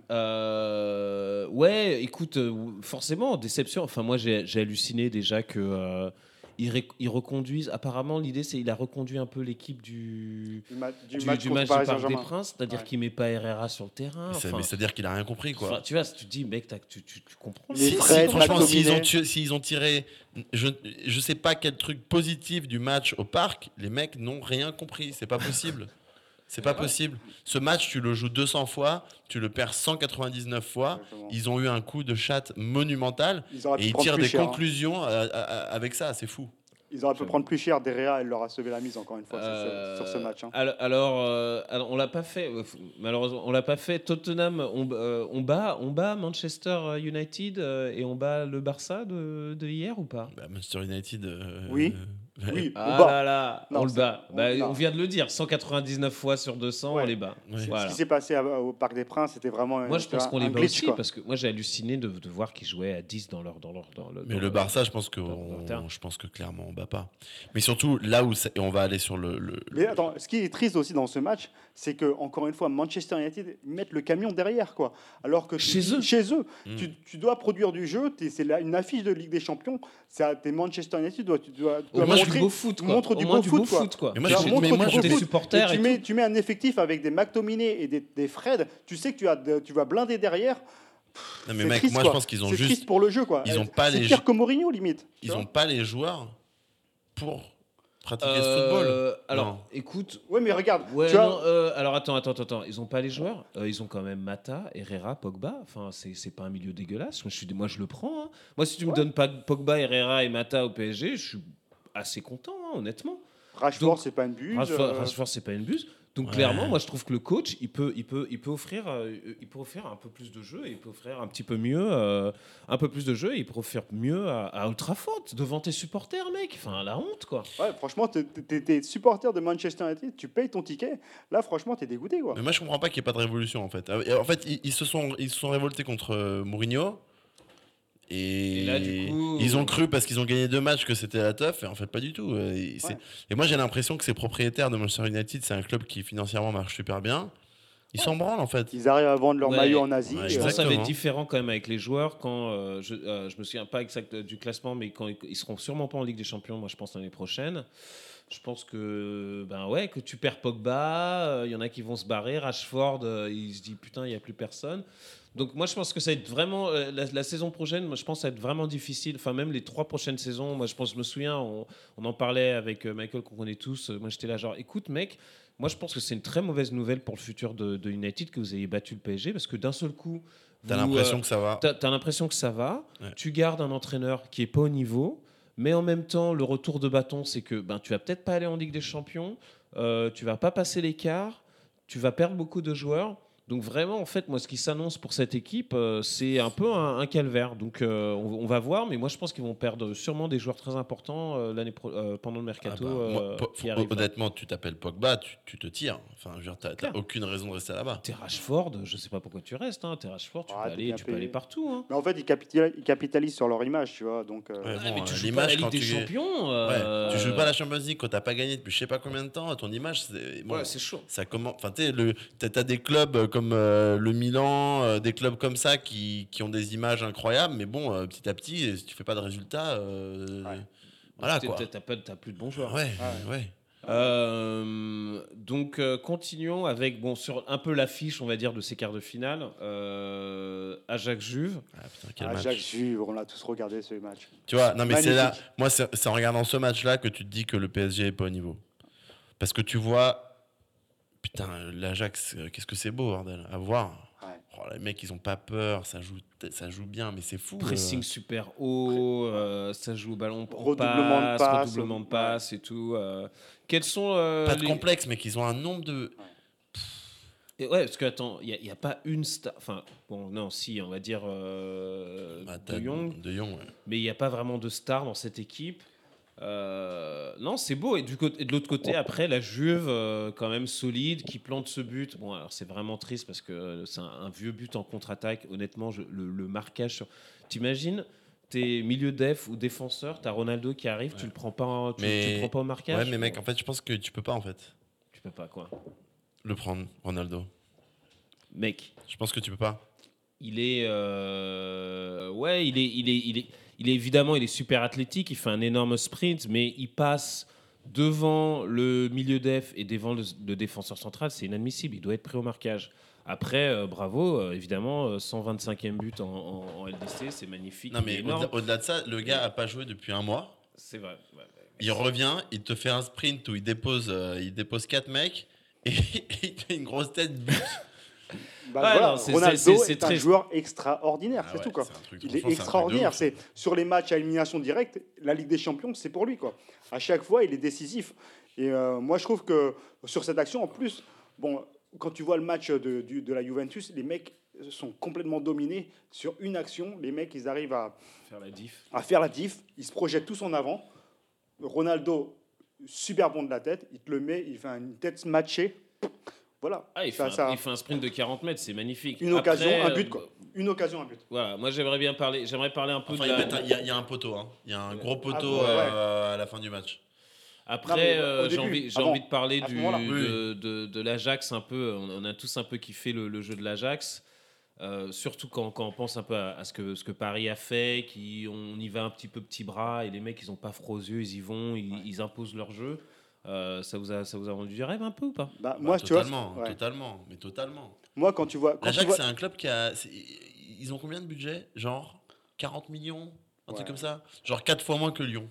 Euh, ouais, écoute, euh, forcément, déception. Enfin, moi, j'ai j'ai halluciné déjà que euh, ils, ré- ils reconduisent. Apparemment, l'idée, c'est il a reconduit un peu l'équipe du, Du, ma- du du, match du contre match Paris du Parc des Saint-Germain. Princes, c'est-à-dire Ouais. qu'il met pas Herrera sur le terrain. Mais c'est- Enfin, mais c'est-à-dire qu'il a rien compris, quoi. enfin, tu vois, si tu te dis, mec, t'as- tu, tu, tu comprends. Les Si, si, Fred, franchement, s'ils ont, McTominay. tu- s'ils ont tiré, je je sais pas quel truc positif du match au parc, les mecs n'ont rien compris. C'est pas possible. C'est pas possible. Ce match, tu le joues deux cents fois, tu le perds cent quatre-vingt-dix-neuf fois. Exactement. Ils ont eu un coup de chatte monumental Ils auraient et pu ils prendre tirent plus des cher, hein. conclusions euh, euh, avec ça. C'est fou. Ils auraient pu prendre plus cher. Derrière, elle leur a sauvé la mise encore une fois sur ce- Euh, sur ce match. hein. Alors, alors, euh, alors, on l'a pas fait. euh, f- Malheureusement, on l'a pas fait. Tottenham, on, euh, on bat, on bat Manchester United euh, et on bat le Barça de, de hier ou pas? Bah, Manchester United. euh, Oui. euh, Oui, Ah on bat. là là, Non, on le c'est- bat. on- Bah, non. on vient de le dire, cent quatre-vingt-dix-neuf fois sur deux cents, Ouais. on les bat. Ouais. Ce Voilà. qui s'est passé à- au Parc des Princes, c'était vraiment Moi, je pense un- qu'on les un bat glitch, aussi quoi. parce que moi, j'ai halluciné de, de voir qu'ils jouaient à dix dans leur dans leur dans le. Mais dans le leur- Barça, je pense que, dans on- leur terrain. je pense que clairement on bat pas. Mais surtout là où ça- et on va aller sur le. le- Mais attends, ce qui est triste aussi dans ce match, c'est que encore une fois, Manchester United mettent le camion derrière, quoi. Alors que tu- Chez eux. chez eux, Mm. tu, tu dois produire du jeu. t'es- C'est là une affiche de Ligue des Champions. C'est t'es Manchester United, tu dois, tu dois, tu Au dois moins montrer. du beau foot, quoi. montre Au du moins beau foot, quoi. quoi. Mais moi, Tu je- vois, mais montre moi, du je- beau des foot. supporters Et et tu, mets, tout. tu mets un effectif avec des McTominay et des, des Fred. Tu sais que tu, as, de- tu vas blinder derrière. Non mais C'est mec, triste, moi quoi. je pense qu'ils ont C'est juste, triste pour le jeu, quoi. ils ont Euh, pas c'est les pire jeux- que Mourinho, limite. tu ils vois. ont pas les joueurs pour pratiquer ce Euh, football. alors, Non. écoute. Ouais, mais regarde. Ouais, tu vois, non, euh, alors attends, attends, attends. Ils ont pas les joueurs. Euh, ils ont quand même Mata, Herrera, Pogba. Enfin, c'est c'est pas un milieu dégueulasse. Moi, je, suis, moi, je le prends. hein. Moi, si tu me Ouais. donnes pas Pogba, Herrera et Mata au P S G, je suis assez content, hein, honnêtement. Rashford, donc, c'est pas une buse. Rashford, euh, Rashford, c'est pas une buse. Donc Ouais. clairement, moi, je trouve que le coach, il peut, il peut, il peut offrir, euh, il peut offrir un peu plus de jeu. Et il peut offrir un petit peu mieux, euh, un peu plus de jeu. Et il peut offrir mieux à, à Old Trafford devant tes supporters, mec. Enfin, la honte, quoi. Ouais, franchement, t'es- t'es t'es supporter de Manchester United, tu payes ton ticket. Là, franchement, t'es dégoûté, quoi. Mais moi je comprends pas qu'il n'y ait pas de révolution en fait. Euh, En fait, ils, ils se sont ils se sont révoltés contre euh, Mourinho. Et, Et là, du coup- ils ont cru parce qu'ils ont gagné deux matchs que c'était la teuf, et en fait pas du tout. Euh, et, c'est- Ouais. et moi j'ai l'impression que ces propriétaires de Manchester United, c'est un club qui financièrement marche super bien. Ils s'en branlent en fait. Ils arrivent à vendre leur Ouais. maillot en Asie. Ouais, Je euh, pense que ça va être Exactement. différent quand même avec les joueurs quand euh, je, euh, je me souviens pas exact du classement, mais quand ils, ils seront sûrement pas en Ligue des Champions, moi je pense l'année prochaine. Je pense que ben ouais que tu perds Pogba, il y en a qui vont se barrer, Rashford, euh, il se dit putain il y a plus personne. Donc moi je pense que ça va être vraiment euh, la, la saison prochaine. Moi je pense que ça va être vraiment difficile. Enfin même les trois prochaines saisons. Moi je pense je me souviens on, on en parlait avec euh, Michael qu'on connaît tous. Moi j'étais là genre écoute mec. Moi, je pense que c'est une très mauvaise nouvelle pour le futur de, de United que vous ayez battu le P S G parce que d'un seul coup, T'as vous, l'impression euh, que ça va. T'as as, l'impression que ça va, Ouais. tu gardes un entraîneur qui est pas au niveau, mais en même temps, le retour de bâton, c'est que ben, tu vas peut-être pas aller en Ligue des Champions, euh, tu vas pas passer l'écart, tu vas perdre beaucoup de joueurs. Donc vraiment, en fait, moi, ce qui s'annonce pour cette équipe, euh, c'est un peu un, un calvaire. Donc euh, on, on va voir, mais moi, je pense qu'ils vont perdre sûrement des joueurs très importants euh, l'année pro- euh, pendant le Ah mercato. bah, euh, moi, po- qui arrive, là. honnêtement, tu t'appelles Pogba, tu, tu te tires. Enfin, je veux dire, t'as, t'as Claire. aucune raison de rester là-bas. T'es Rashford, je sais pas pourquoi tu restes. Hein. T'es Rashford, tu Ah, peux t'es aller, bien tu peux payé. aller partout. Hein. Mais en fait, ils capitalisent, ils capitalisent sur leur image, tu vois. Donc, euh, Ouais, Ouais, bon, mais tu euh, joues l'image, pas la Ligue quand des tu- Champions. Ouais, euh, tu joues pas à la Champions League quand t'as pas gagné depuis je sais pas combien de temps. Ton image, c'est bon, Ouais, c'est chaud. ça commence. Enfin, tu sais, le, t'as, t'as des clubs euh, comme euh, le Milan, euh, des clubs comme ça qui, qui ont des images incroyables, mais bon, euh, petit à petit, si tu fais pas de résultats, euh, Ouais. voilà T'es- quoi. T'as, t'as pas, t'as plus de bons joueurs. Ouais, Ouais. ouais. Euh, donc euh, continuons avec bon sur un peu l'affiche on va dire de ces quarts de finale euh, Ajax-Juve. Ah, putain, quel ah, match. Jacques Juve, on l'a tous regardé ce match. Tu vois, non mais c'est là, Magnifique. moi c'est, c'est en regardant ce match-là que tu te dis que le P S G est pas au niveau. Parce que tu vois, putain, l'Ajax, euh, qu'est-ce que c'est beau, bordel, à voir. Ouais. Oh, les mecs, ils ont pas peur, ça joue, ça joue bien, mais c'est fou. Pressing euh. super haut, euh, ça joue au ballon, en Redoublement de passe, passes, redoublement de ouais. passes et tout. euh. Quels sont euh, Pas de les- complexe, mais qu'ils ont un nombre de. Et ouais, parce que attends, il n'y a, a pas une star. Enfin, bon, non, si, on va dire euh, Bah, t'as De Jong, De Jong, ouais. mais il n'y a pas vraiment de star dans cette équipe. Euh, non, c'est beau. Et, du côté, et de l'autre côté, après, la Juve, euh, quand même solide, qui plante ce but. Bon, alors c'est vraiment triste parce que c'est un, un vieux but en contre-attaque. Honnêtement, je- le, le marquage. Sur... T'imagines, t'es milieu def ou défenseur, t'as Ronaldo qui arrive, tu le prends pas, en- tu, Mais- tu le prends pas au marquage. Ouais, mais mec, Bon, en fait, je pense que tu peux pas, en fait, tu peux pas quoi. le prendre, Ronaldo. Mec, Je pense que tu peux pas. il est, euh, ouais, il est, il est, il est, il est évidemment, il est super athlétique. Il fait un énorme sprint, mais il passe devant le milieu def et devant le, le défenseur central. C'est inadmissible. Il doit être pris au marquage. Après, euh, bravo, euh, évidemment, euh, cent vingt-cinquième but en, en- en L D C, c'est magnifique. Non, il est mais énorme. au-delà, au-delà de ça, le gars a pas joué depuis un mois. C'est vrai. ouais, ouais. Il revient, il te fait un sprint où il dépose, euh, il dépose quatre mecs et il te fait une grosse tête but. Bah, Ouais, voilà, non, c'est- Ronaldo c'est- est, c'est un triste. joueur extraordinaire, Ah c'est ouais, tout quoi. c'est un truc- Il franchement, est c'est un truc de extraordinaire. ouf. C'est sur les matchs à élimination directe, la Ligue des Champions, c'est pour lui quoi. À chaque fois, il est décisif. Et euh, moi, je trouve que sur cette action, en plus, bon, quand tu vois le match de, du- de la Juventus, les mecs sont complètement dominés sur une action. Les mecs, ils arrivent à, Faire la diff. à faire la diff. Ils se projettent tous en avant. Ronaldo, super bon de la tête. Il te le met, il fait une tête matchée. Voilà. Ah, il, Ça- fait un, ça- il fait un sprint de quarante mètres, c'est magnifique. une occasion, Après, un euh, but quoi. Une occasion, un but. Voilà, moi j'aimerais bien parler, j'aimerais parler un peu Enfin, de ils la... mettent un- il y, a- il y a un poteau, hein. Il y a un gros poteau ouais, euh, à la fin du match. Après, Non, mais au euh, j'ai début, envie, j'ai avant, envie de parler à ce du, moment-là. de, de, de l'Ajax un peu. On, on a tous un peu kiffé le, le jeu de l'Ajax, euh, surtout quand, quand on pense un peu à, à ce, que, ce que Paris a fait, qui, on y va un petit peu petit bras et les mecs ils ont pas froid aux yeux, ils y vont, ils, ils imposent leur jeu. Euh, ça vous a ça vous a rendu du rêve un peu ou pas? Bah, Bah, moi, tu vois, totalement, ouais. totalement, mais totalement. moi, quand tu vois, quand tu L'Ajax, vois, c'est un club qui a. c'est- Ils ont combien de budget? Genre quarante millions? Un Ouais. truc comme ça? Genre quatre fois moins que Lyon.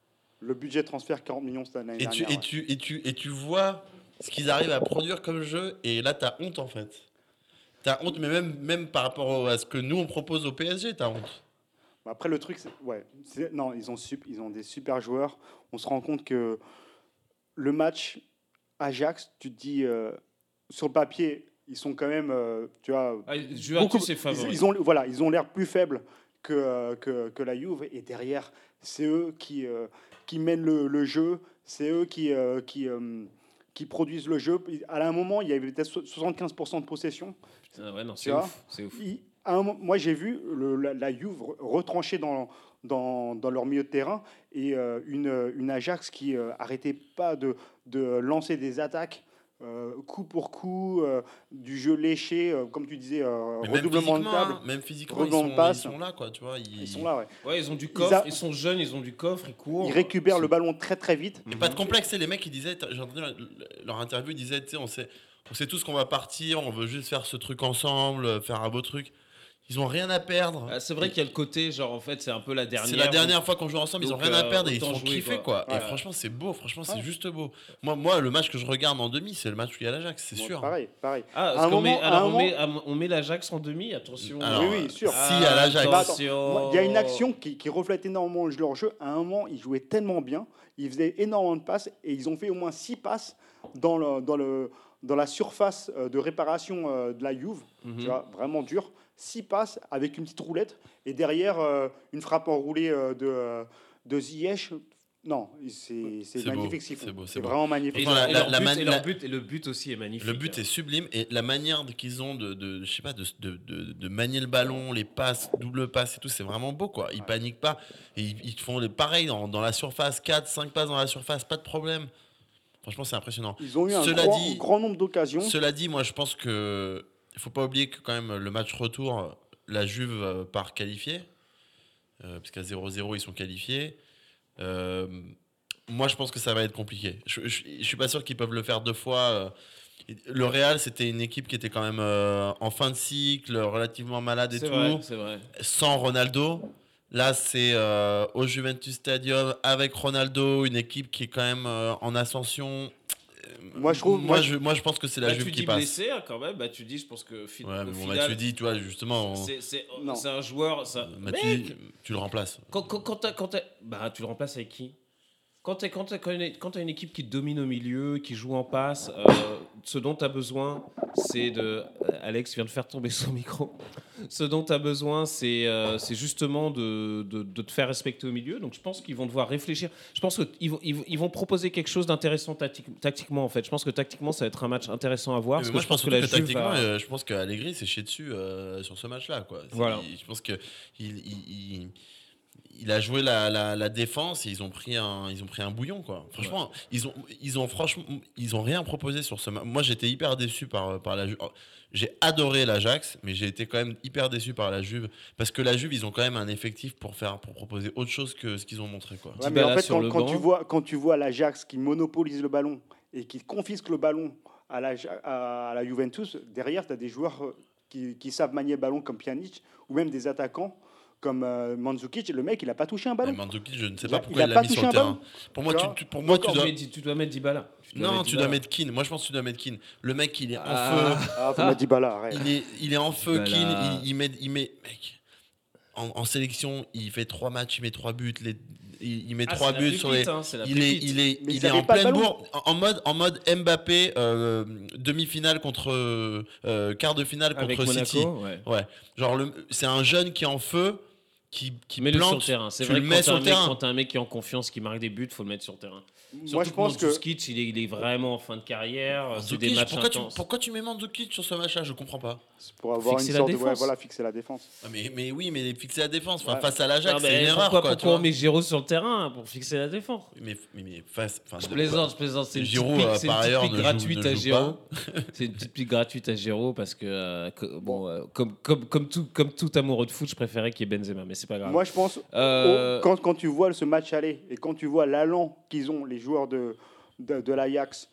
le budget de transfert quarante millions cette année Et tu, dernière. et, ouais. tu, et, tu, et tu vois ce qu'ils arrivent à produire comme jeu, et là, t'as honte en fait. T'as honte, mais même, même par rapport au- à ce que nous on propose au P S G, t'as honte. Bah, après, le truc, c'est, ouais, c'est- non, ils ont, sup- ils ont des super joueurs. On se rend compte que le match Ajax, tu te dis, euh, sur le papier, ils sont quand même, euh, tu vois, Ah, Juventus est ils, favori. ils ont, voilà, ils ont l'air plus faibles que, euh, que, que la Juve. Et derrière, c'est eux qui, euh, qui mènent le, le jeu. C'est eux qui, euh, qui, euh, qui produisent le jeu. À un moment, il y avait peut-être soixante-quinze pour cent de possession. Ah ouais, non, Tu c'est vois ouf, c'est ouf. Il- à un moment- moi, j'ai vu le- la, la Juve retrancher dans, dans, dans leur milieu de terrain et euh, une, une Ajax qui euh, arrêtait pas de, de lancer des attaques euh, coup pour coup, euh, du jeu léché, euh, comme tu disais, euh, Mais même redoublement de physiquement, table. hein, même physiquement, ils redoublement sont, de passe. ils sont là, quoi, tu vois. Ils, Ils sont là, ouais. Ouais, ils ont du Ils coffre, a- ils sont jeunes, ils ont du coffre, ils courent. Ils récupèrent C'est- le ballon très très vite. Et pas de complexe, c'est les mecs qui disaient, t'as- j'ai entendu leur, leur interview, ils disaient, tu sais, on sait, on sait tous qu'on va partir, on veut juste faire ce truc ensemble, faire un beau truc. Ils ont rien à perdre. Ah, c'est vrai qu'il y a le côté, genre en fait, c'est un peu la dernière. C'est la dernière fois qu'on joue ensemble, ils ont Donc, rien à euh, perdre et ils autant sont jouer, kiffés, quoi. quoi. Ouais. Et franchement, c'est beau, franchement, c'est Ouais. juste beau. Moi, moi, le match que je regarde en demi, c'est le match où il y a l'Ajax, c'est Bon, sûr. Pareil, pareil. Ah, À parce un qu'on met, moment- à alors un on, met, on met l'Ajax en demi, attention. Alors, Oui, oui, sûr. Si, à l'Ajax. Bah, attends, Attention. moi, il y a une action qui, qui reflète énormément leur jeu. À un moment, ils jouaient tellement bien, ils faisaient énormément de passes et ils ont fait au moins six passes dans le, dans le, dans la surface euh, de réparation euh, de la Juve, Mhm. tu vois, vraiment dur. Six passes avec une petite roulette et derrière euh, une frappe enroulée euh, de, euh, de Ziyech. Non, c'est c'est C'est beau, magnifique ce qu'ils font. c'est beau, c'est C'est beau. vraiment Et, magnifique. Franchement, leur- la- et leur la but, man- et leur la- but- et le but aussi est magnifique. Le but hein. est sublime et la manière qu'ils ont de, de, je sais pas, de, de, de, de manier le ballon, les passes, double passe et tout, c'est vraiment beau quoi. Ils paniquent pas. Et ils, ils font les pareil dans, dans la surface, quatre, cinq passes dans la surface, pas de problème. Franchement, c'est impressionnant. Ils ont eu un Cela grand, dit- grand nombre d'occasions. Cela dit, moi je pense que il faut pas oublier que quand même le match retour, la Juve euh, part qualifiée, euh, parce qu'à zéro zéro ils sont qualifiés. Euh, moi je pense que ça va être compliqué. Je, je, je suis pas sûr qu'ils peuvent le faire deux fois. euh. Le Real, c'était une équipe qui était quand même euh, en fin de cycle, relativement malade et C'est tout, vrai, c'est vrai. sans Ronaldo. Là, c'est euh, au Juventus Stadium avec Ronaldo, une équipe qui est quand même euh, en ascension. Moi, je trouve- moi, moi, je, moi, je pense que c'est la Bah, Juve tu qui dis passe. blessé hein, quand même, bah, tu dis, je pense que fi- Ouais, au mais bon, final, bah, tu dis, toi, justement, on- c'est, c'est, Non. c'est un joueur. Ça... bah, Mec, tu, dis- tu le remplaces. quand, quand, quand t'as, quand t'as- bah, tu le remplaces avec qui Quand tu quand t'as- quand une, quand t'as une équipe qui te domine au milieu, qui joue en passe, euh, ce dont tu as besoin, c'est de. Alex vient de faire tomber son micro. Ce dont tu as besoin, c'est euh, c'est justement de, de, de te faire respecter au milieu. Donc je pense qu'ils vont devoir réfléchir. Je pense qu'ils vont, ils vont- ils vont proposer quelque chose d'intéressant tactique- tactiquement, en fait. Je pense que tactiquement, ça va être un match intéressant à voir. Mais parce moi, que je pense que, la que Juve tactiquement, va- euh, je pense qu'Allegri s'est chié dessus euh, sur ce match-là. Quoi. C'est- Voilà. il- je pense que il, il, il- il a joué la, la, la défense et ils ont pris un, ils ont pris un bouillon. Quoi. Franchement, ils ont, ils ont franchement, ils ont rien proposé sur ce match. Moi, j'étais hyper déçu par, par la Juve. J'ai adoré l'Ajax, mais j'ai été quand même hyper déçu par la Juve parce que la Juve, ils ont quand même un effectif pour faire, pour proposer autre chose que ce qu'ils ont montré. Quoi. Ouais, mais en Dybala fait, sur quand, le quand banc. tu vois, quand tu vois l'Ajax qui monopolise le ballon et qui confisque le ballon à la, à la Juventus, derrière, tu as des joueurs euh, qui, qui savent manier le ballon comme Pjanic ou même des attaquants comme euh, Mandzukic. Le mec, il n'a pas touché un Mais ballon. Mandzukic, je ne sais Il pas a- pourquoi il a il l'a pas mis touché sur le un terrain. ballon. Pour moi, Tu tu, vois tu- pour moi, tu Encore, dois. mais tu dois mettre Dybala. Tu dois Non, mettre tu dois Dybala. mettre Keane. Moi, je pense que tu dois mettre Keane. Le mec, il est en Ah. feu. Ah, faut mettre Dybala, arrête. Il est, il est en feu, Dybala. Keane. Il, il met, il met, mec, en, en sélection, il fait trois matchs, il met trois buts. Les, il, il met Ah, trois c'est la buts pépite, sur les. hein, c'est la Il est, pépite. il est, Mais il ils est avaient en pas le pleine ballon. bourre, en en mode, en mode Mbappé, euh, demi-finale contre euh, quart de finale Avec contre Monaco, City. ouais. Ouais, genre le- c'est un jeune qui est en feu, qui, qui Mets-le sur plante. le terrain. C'est tu vrai le que mets quand sur t'as un le mec- terrain. quand t'as un mec qui est en confiance, qui marque des buts, faut le mettre sur le terrain. Moi, Surtout je pense que Mandzukic, il est, il est vraiment en fin de carrière. C'est des Mandzukic, matchs pourquoi, tu, intenses. pourquoi tu mets Mandzukic sur ce match-là? Je comprends pas. c'est pour avoir Fixer une la sorte de ouais, défense. voilà, fixer la défense. Ah, mais, mais oui, mais fixer la défense enfin, Ouais. face à l'Ajax, Non, c'est mais une erreur. pourquoi, Quoi, tu pourquoi vois. on met Giroud sur le terrain pour fixer la défense mais, mais, mais face. enfin, Je de- plaisante, je plaisante. C'est une petite Giroud, pique, euh, c'est une par petite ailleurs, pique ne joue- gratuite ne à joue Giroud. C'est une petite pique gratuite à Giroud parce que, euh, que- bon, euh, comme, comme, comme, tout, comme tout amoureux de foot, je préférais qu'il y ait Benzema, mais c'est pas grave. Moi, je pense, Euh, au- quand, quand tu vois ce match aller et quand tu vois l'allant qu'ils ont, les joueurs de, de, de l'Ajax,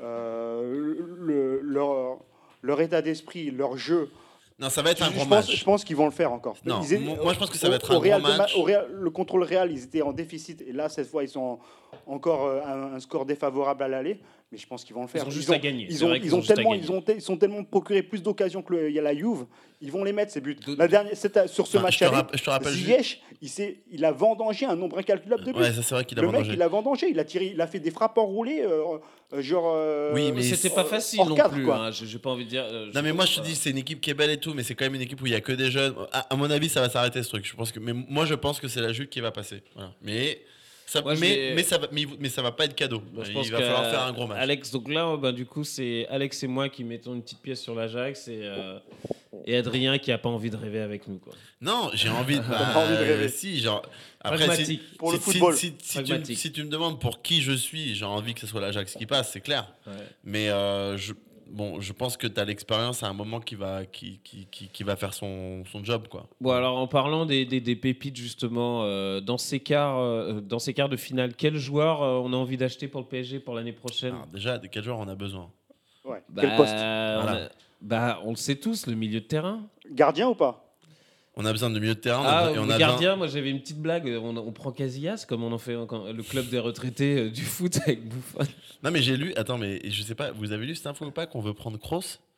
euh, le, leur, leur état d'esprit, leur jeu, Non, ça va être un je, gros je pense, match. je pense qu'ils vont le faire encore. Non, Ils étaient- moi- moi, je pense que ça au- va être au un Real grand de Ma- match. au Real- le contrôle Real, ils étaient en déficit et là, cette fois, ils sont encore euh, un, un score défavorable à l'aller. Mais je pense qu'ils vont le faire. Ils ont juste à gagner. Ils C'est ont, vrai qu'ils ils ont ont juste à tellement, gagner. ils ont, te- ils sont tellement procuré plus d'occasions que le- il y a la Juve. Ils vont les mettre ces buts. De- La dernière, c'était sur ce Enfin, match je, te aller. rapp- je te rappelle juste. Ziyech, il, s'est- il a vendangé un nombre incalculable de buts. Ouais, ça c'est vrai qu'il a Le mec, vendangé. il a vendangé, il a tiré, il a fait des frappes enroulées, euh, euh, genre. euh, Oui, mais mais c'était hors- pas facile hors non cadre, plus. quoi. Hein. Je- J'ai pas envie de dire. euh, Non mais moi je te trouve dis pas. c'est une équipe qui est belle et tout mais c'est quand même une équipe où il y a que des jeunes. À, à mon avis ça va s'arrêter ce truc. Je pense que mais moi je pense que c'est la Juve qui va passer. Voilà. Mais ça Moi, je mais, vais- mais ça va mais, mais ça va pas être cadeau. Bah, je il pense va que, falloir euh, faire un gros match. Alex, donc là, ben, du coup, c'est Alex et moi qui mettons une petite pièce sur l'Ajax et, euh, et Adrien qui a pas envie de rêver avec nous. Quoi. Non, j'ai envie de bah, pas envie de rêver. si genre après si, Pragmatique. Pour le si- si- football. si, si tu, Pragmatique. si tu me demandes pour qui je suis, j'ai envie que ce soit l'Ajax qui passe, c'est clair. Ouais. Mais euh, je bon, je pense que tu as l'expérience à un moment qui va qui, qui, qui, qui va faire son, son job quoi. Bon, alors en parlant des, des, des pépites, justement, euh, dans, ces quarts, euh, dans ces quarts de finale, quel joueur euh, on a envie d'acheter pour le P S G pour l'année prochaine Alors, déjà de quel joueur on a besoin? Ouais. Bah, Quel poste on a- Voilà. bah, on le sait tous, le milieu de terrain. Gardien ou pas? On a besoin de milieu de terrain Ah, et on le a gardien, moi j'avais une petite blague. On, on prend Casillas, comme on en fait quand- le club des retraités euh, du foot avec Buffon. Non mais j'ai lu, attends mais je sais pas, vous avez lu cette info ou pas qu'on veut prendre Kroos?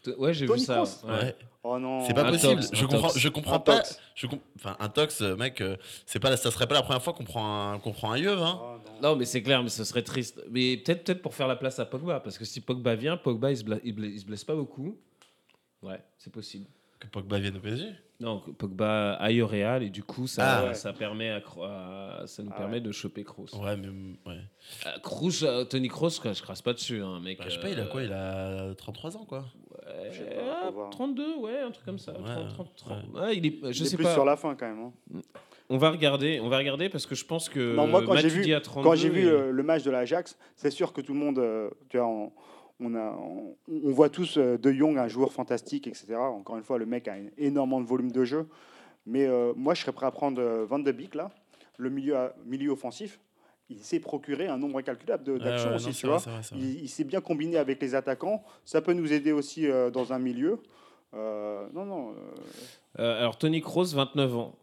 T- Ouais, j'ai vu Tony ça. Kroos ouais. Ouais. Oh non. C'est pas Un possible. tox, je un comprends, tox. je comprends Un pas. tox. Je comp- Enfin, un tox, euh, mec, euh, c'est pas, la- ça serait pas la première fois qu'on prend un, qu'on prend un yeuve. Hein. Oh non. Non, mais c'est clair, mais ce serait triste. Mais peut-être peut-être pour faire la place à Pogba, parce que si Pogba vient, Pogba il se, bla- il bla- il se blesse pas beaucoup. Ouais, c'est possible. Que Pogba vienne au P S G. Non, que Pogba aille au Real et du coup ça, Ah ouais. ça permet à, Kro- à- ça nous Ah permet ouais. de choper Kroos. Ouais, mais ouais. Euh, Kroos, euh, Tony Kroos, quoi, je crasse pas dessus, hein, mec. Bah, je sais pas, il a quoi Il a trente-trois ans, quoi. Ouais, Je sais pas, ah, faut voir. trente-deux, ouais, un truc comme ça. Ouais, trente, trente, trente. ouais. Ouais, il est, je Il est sais plus pas. sur la fin quand même. hein. On va regarder, on va regarder parce que je pense que Non, moi, quand j'ai Matuidi vu- a trente-deux. Quand j'ai vu et- le, le match de l'Ajax, c'est sûr que tout le monde, euh, tu vois, on, on, a, on, on voit tous euh, De Jong, un joueur fantastique, et cetera. Encore une fois, le mec a un- énormément de volume de jeu. Mais euh, moi, je serais prêt à prendre euh, Van de Beek, là, le milieu, à- milieu offensif. Il s'est procuré un nombre incalculable de- Ouais, d'actions ouais, aussi, non, tu c'est vois. vrai, c'est vrai, c'est vrai. Il, il s'est bien combiné avec les attaquants. Ça peut nous aider aussi euh, dans un milieu. Euh, non, non. euh, Euh, alors Tony Kroos, vingt-neuf ans.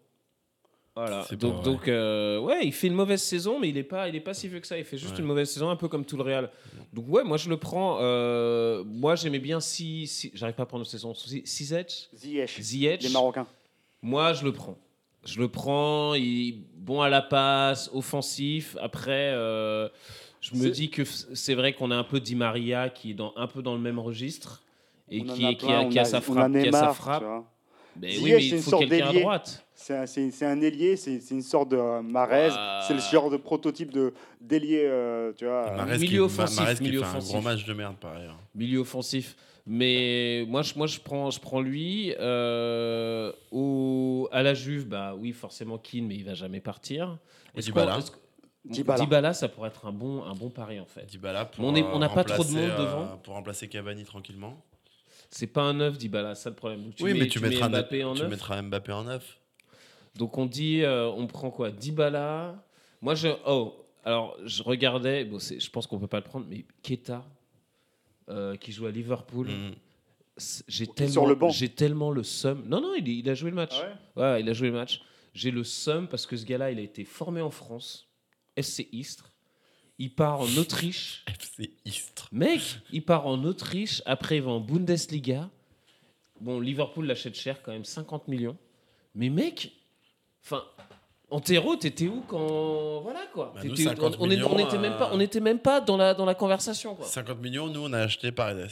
Voilà. C'est Donc, pas vrai. donc euh, ouais, il fait une mauvaise saison, mais il est pas, il est pas si vieux que ça. Il fait juste Ouais. une mauvaise saison, un peu comme tout le Real. Donc ouais, moi je le prends. euh, moi j'aimais bien si, si j'arrive pas à prendre saison. Ziyech, Ziyech, Ziyech. les Marocains. Moi je le prends. Je le prends. Il bon à la passe, offensif. Après, euh, je me C'est- dis que f- c'est vrai qu'on a un peu Di Maria qui est dans, un peu dans le même registre et On en qui, a qui plein, a, on qui a a- sa on a frappe, qui a sa Neymar, frappe. tu vois. Mais Ziyech, oui, mais c'est il une faut sorte quelqu'un à d'ailier. droite. C'est un, c'est- c'est un ailier, c'est c'est une sorte de euh, Mahrez. Ouah. C'est le genre de prototype de d'ailier, euh, tu vois. Et euh, Mahrez milieu qui, offensif, Mahrez qui milieu fait un offensif. gros match de merde, par ailleurs. Milieu offensif. Mais moi, je, moi, je prends, je prends lui. Euh, au, à la Juve, bah oui, forcément Keane, mais il va jamais partir. Et Est-ce Dybala. qu'on- est-ce que- Dybala. Dybala, ça pourrait être un bon, un bon pari en fait. Dybala pour, On est- euh, on n'a pas trop de remplacer, monde euh, devant. pour remplacer Cavani tranquillement. C'est pas un neuf, Dybala, ça le problème. Donc, tu oui, mets, mais tu, mets mettras, Mbappé en tu neuf. mettras Mbappé en neuf. Donc on dit, euh, on prend quoi? Dybala. Moi, je, oh, alors je regardais. Bon, c'est- je pense qu'on peut pas le prendre, mais Keita, euh, qui joue à Liverpool. Mm. C'est- J'ai Qui est sur tellement, le banc. j'ai tellement le seum. Non, non, il, est- il a joué le match. Ah ouais Ouais, il a joué le match. J'ai le seum parce que ce gars-là, il a été formé en France, F C Istres. Il part en Autriche. F C Istres. Mec, il part en Autriche. Après, il va en Bundesliga. Bon, Liverpool l'achète cher quand même, cinquante millions. Mais mec, enfin, Antero, t'étais où quand. Voilà quoi. Bah, nous, T'étais- cinquante on, on est- millions, on était même pas, euh, on était même pas dans la, dans la conversation. Quoi. cinquante millions, nous, on a acheté Paredes.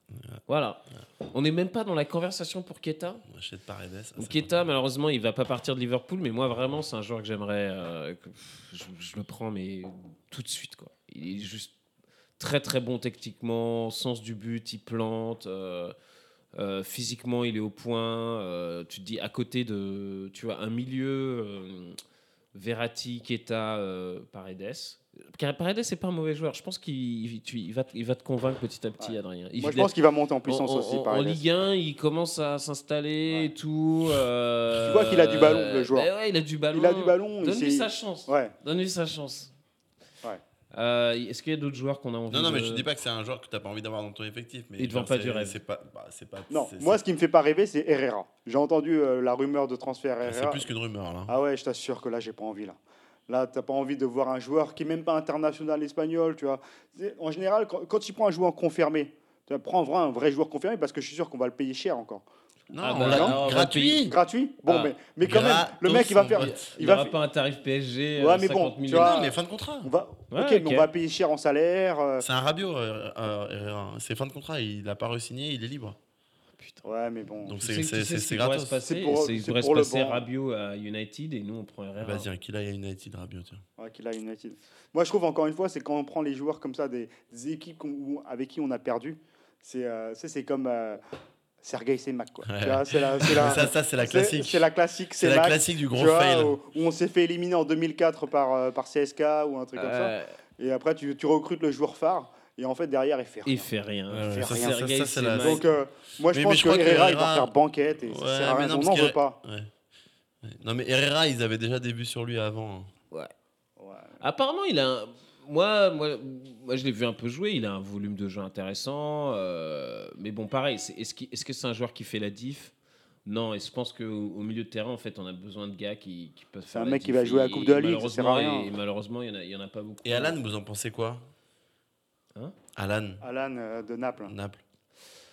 Voilà. On n'est même pas dans la conversation pour Keita. On achète Paredes. à Donc cinquante Keita, millions. malheureusement, il va pas partir de Liverpool, mais moi, vraiment, c'est un joueur que j'aimerais. euh, que- je, je le prends, mais tout de suite. Quoi. Il est juste très, très bon techniquement, sens du but, il plante. euh, euh, physiquement, il est au point. euh, tu te dis, à côté de. Tu vois, un milieu. euh, Verratti, Keita, euh, Paredes. Car Paredes, c'est pas un mauvais joueur. Je pense qu'il tu- il va, te- il va te convaincre petit à petit, Ouais. Adrien. Il- Moi, je il a- pense qu'il va monter en puissance en, aussi, en- par en Ligue un, il commence à s'installer Ouais. et tout. euh, Tu vois qu'il a du ballon, le joueur. ben ouais, il a du ballon. Il a du ballon. il Donne-lui s'est- sa chance. Ouais. Donne-lui sa chance. Ouais. Euh, Est-ce qu'il y a d'autres joueurs qu'on a envie Non, non, de... mais je dis pas que c'est un joueur que t'as pas envie d'avoir dans ton effectif. Mais Il te vend genre, pas c'est- du rêve. C'est pas, bah, c'est pas. Non, c'est- moi, c'est- ce qui me fait pas rêver, c'est Herrera. J'ai entendu euh, la rumeur de transfert c'est Herrera. plus qu'une rumeur là. Ah ouais, je t'assure que là, j'ai pas envie là. Là, t'as pas envie de voir un joueur qui est même pas international espagnol, tu vois. C'est- En général, quand, quand tu prends un joueur confirmé, tu prends vraiment un vrai joueur confirmé parce que je suis sûr qu'on va le payer cher encore. Non, Ah, on bah, l'a- non, on va le gratuit. payer. Gratuit. Bon, Ah. mais, mais quand même, le mec, il va faire. Gratos, Il Il n'y va aura fa- pas un tarif P S G Ouais, euh, mais bon, cinquante tu millions. vois, Non, mais fin de contrat. On va, Ouais, ok, ok. mais on va payer cher en salaire. euh, C'est un Rabiot, euh, euh, Herrera. C'est fin de contrat. Il a pas re-signé, il est libre. Putain. Ouais, mais bon. Donc Tu c'est sais- c'est- tu sais c'est- ce c'est qui pourrait gratos. se passer, C'est pour- c'est qu'il c'est pourrait se pour le passer banc. Rabiot à United et nous on prend Herrera. Vas-y, un qu'il aille à United, Rabiot. Tiens. Ouais, qu'il a United. Moi, je trouve encore une fois, c'est quand on prend les joueurs comme ça, des, des équipes qu'on- où- avec qui on a perdu, c'est euh, c'est c'est comme euh, Sergei Semak. Quoi. Ouais. Tu vois, c'est la, c'est la, Ça, ça c'est la c'est- classique. C'est la classique. C'est la Semak, classique du tu gros vois, fail. où, où on s'est fait éliminer en deux mille quatre par, euh, par C S K ou un truc comme ça. Euh, Et après, tu, tu recrutes le joueur phare. Et en fait, derrière, il fait rien. il fait rien. Ouais, ouais, fait ça, rien. ça, ça, c'est la- Sergei Donc, euh, moi, je Mais- pense mais je que crois que Herrera, il Herrera- va faire banquette. Et ça Ouais, sert à mais rien. non, On parce n'en qu'Herrera- veut pas. Ouais. Ouais. Non, mais Herrera, ils avaient déjà des vues sur lui avant. Ouais. Apparemment, il a un... moi, moi, moi, je l'ai vu un peu jouer. Il a un volume de jeu intéressant. euh, Mais bon, pareil, c'est- est-ce qu'il- est-ce que c'est un joueur qui fait la diff? Non, et je pense qu'au au milieu de terrain, en fait, on a besoin de gars qui, qui peuvent faire un la mec qui diff. va jouer à la Et Coupe de la Ligue, ça sert à malheureusement, rien. Et malheureusement, il n'y en, a- il y en a pas beaucoup. Et Alan, vous en pensez quoi Hein Alan, Alan euh, de Naples. Naples.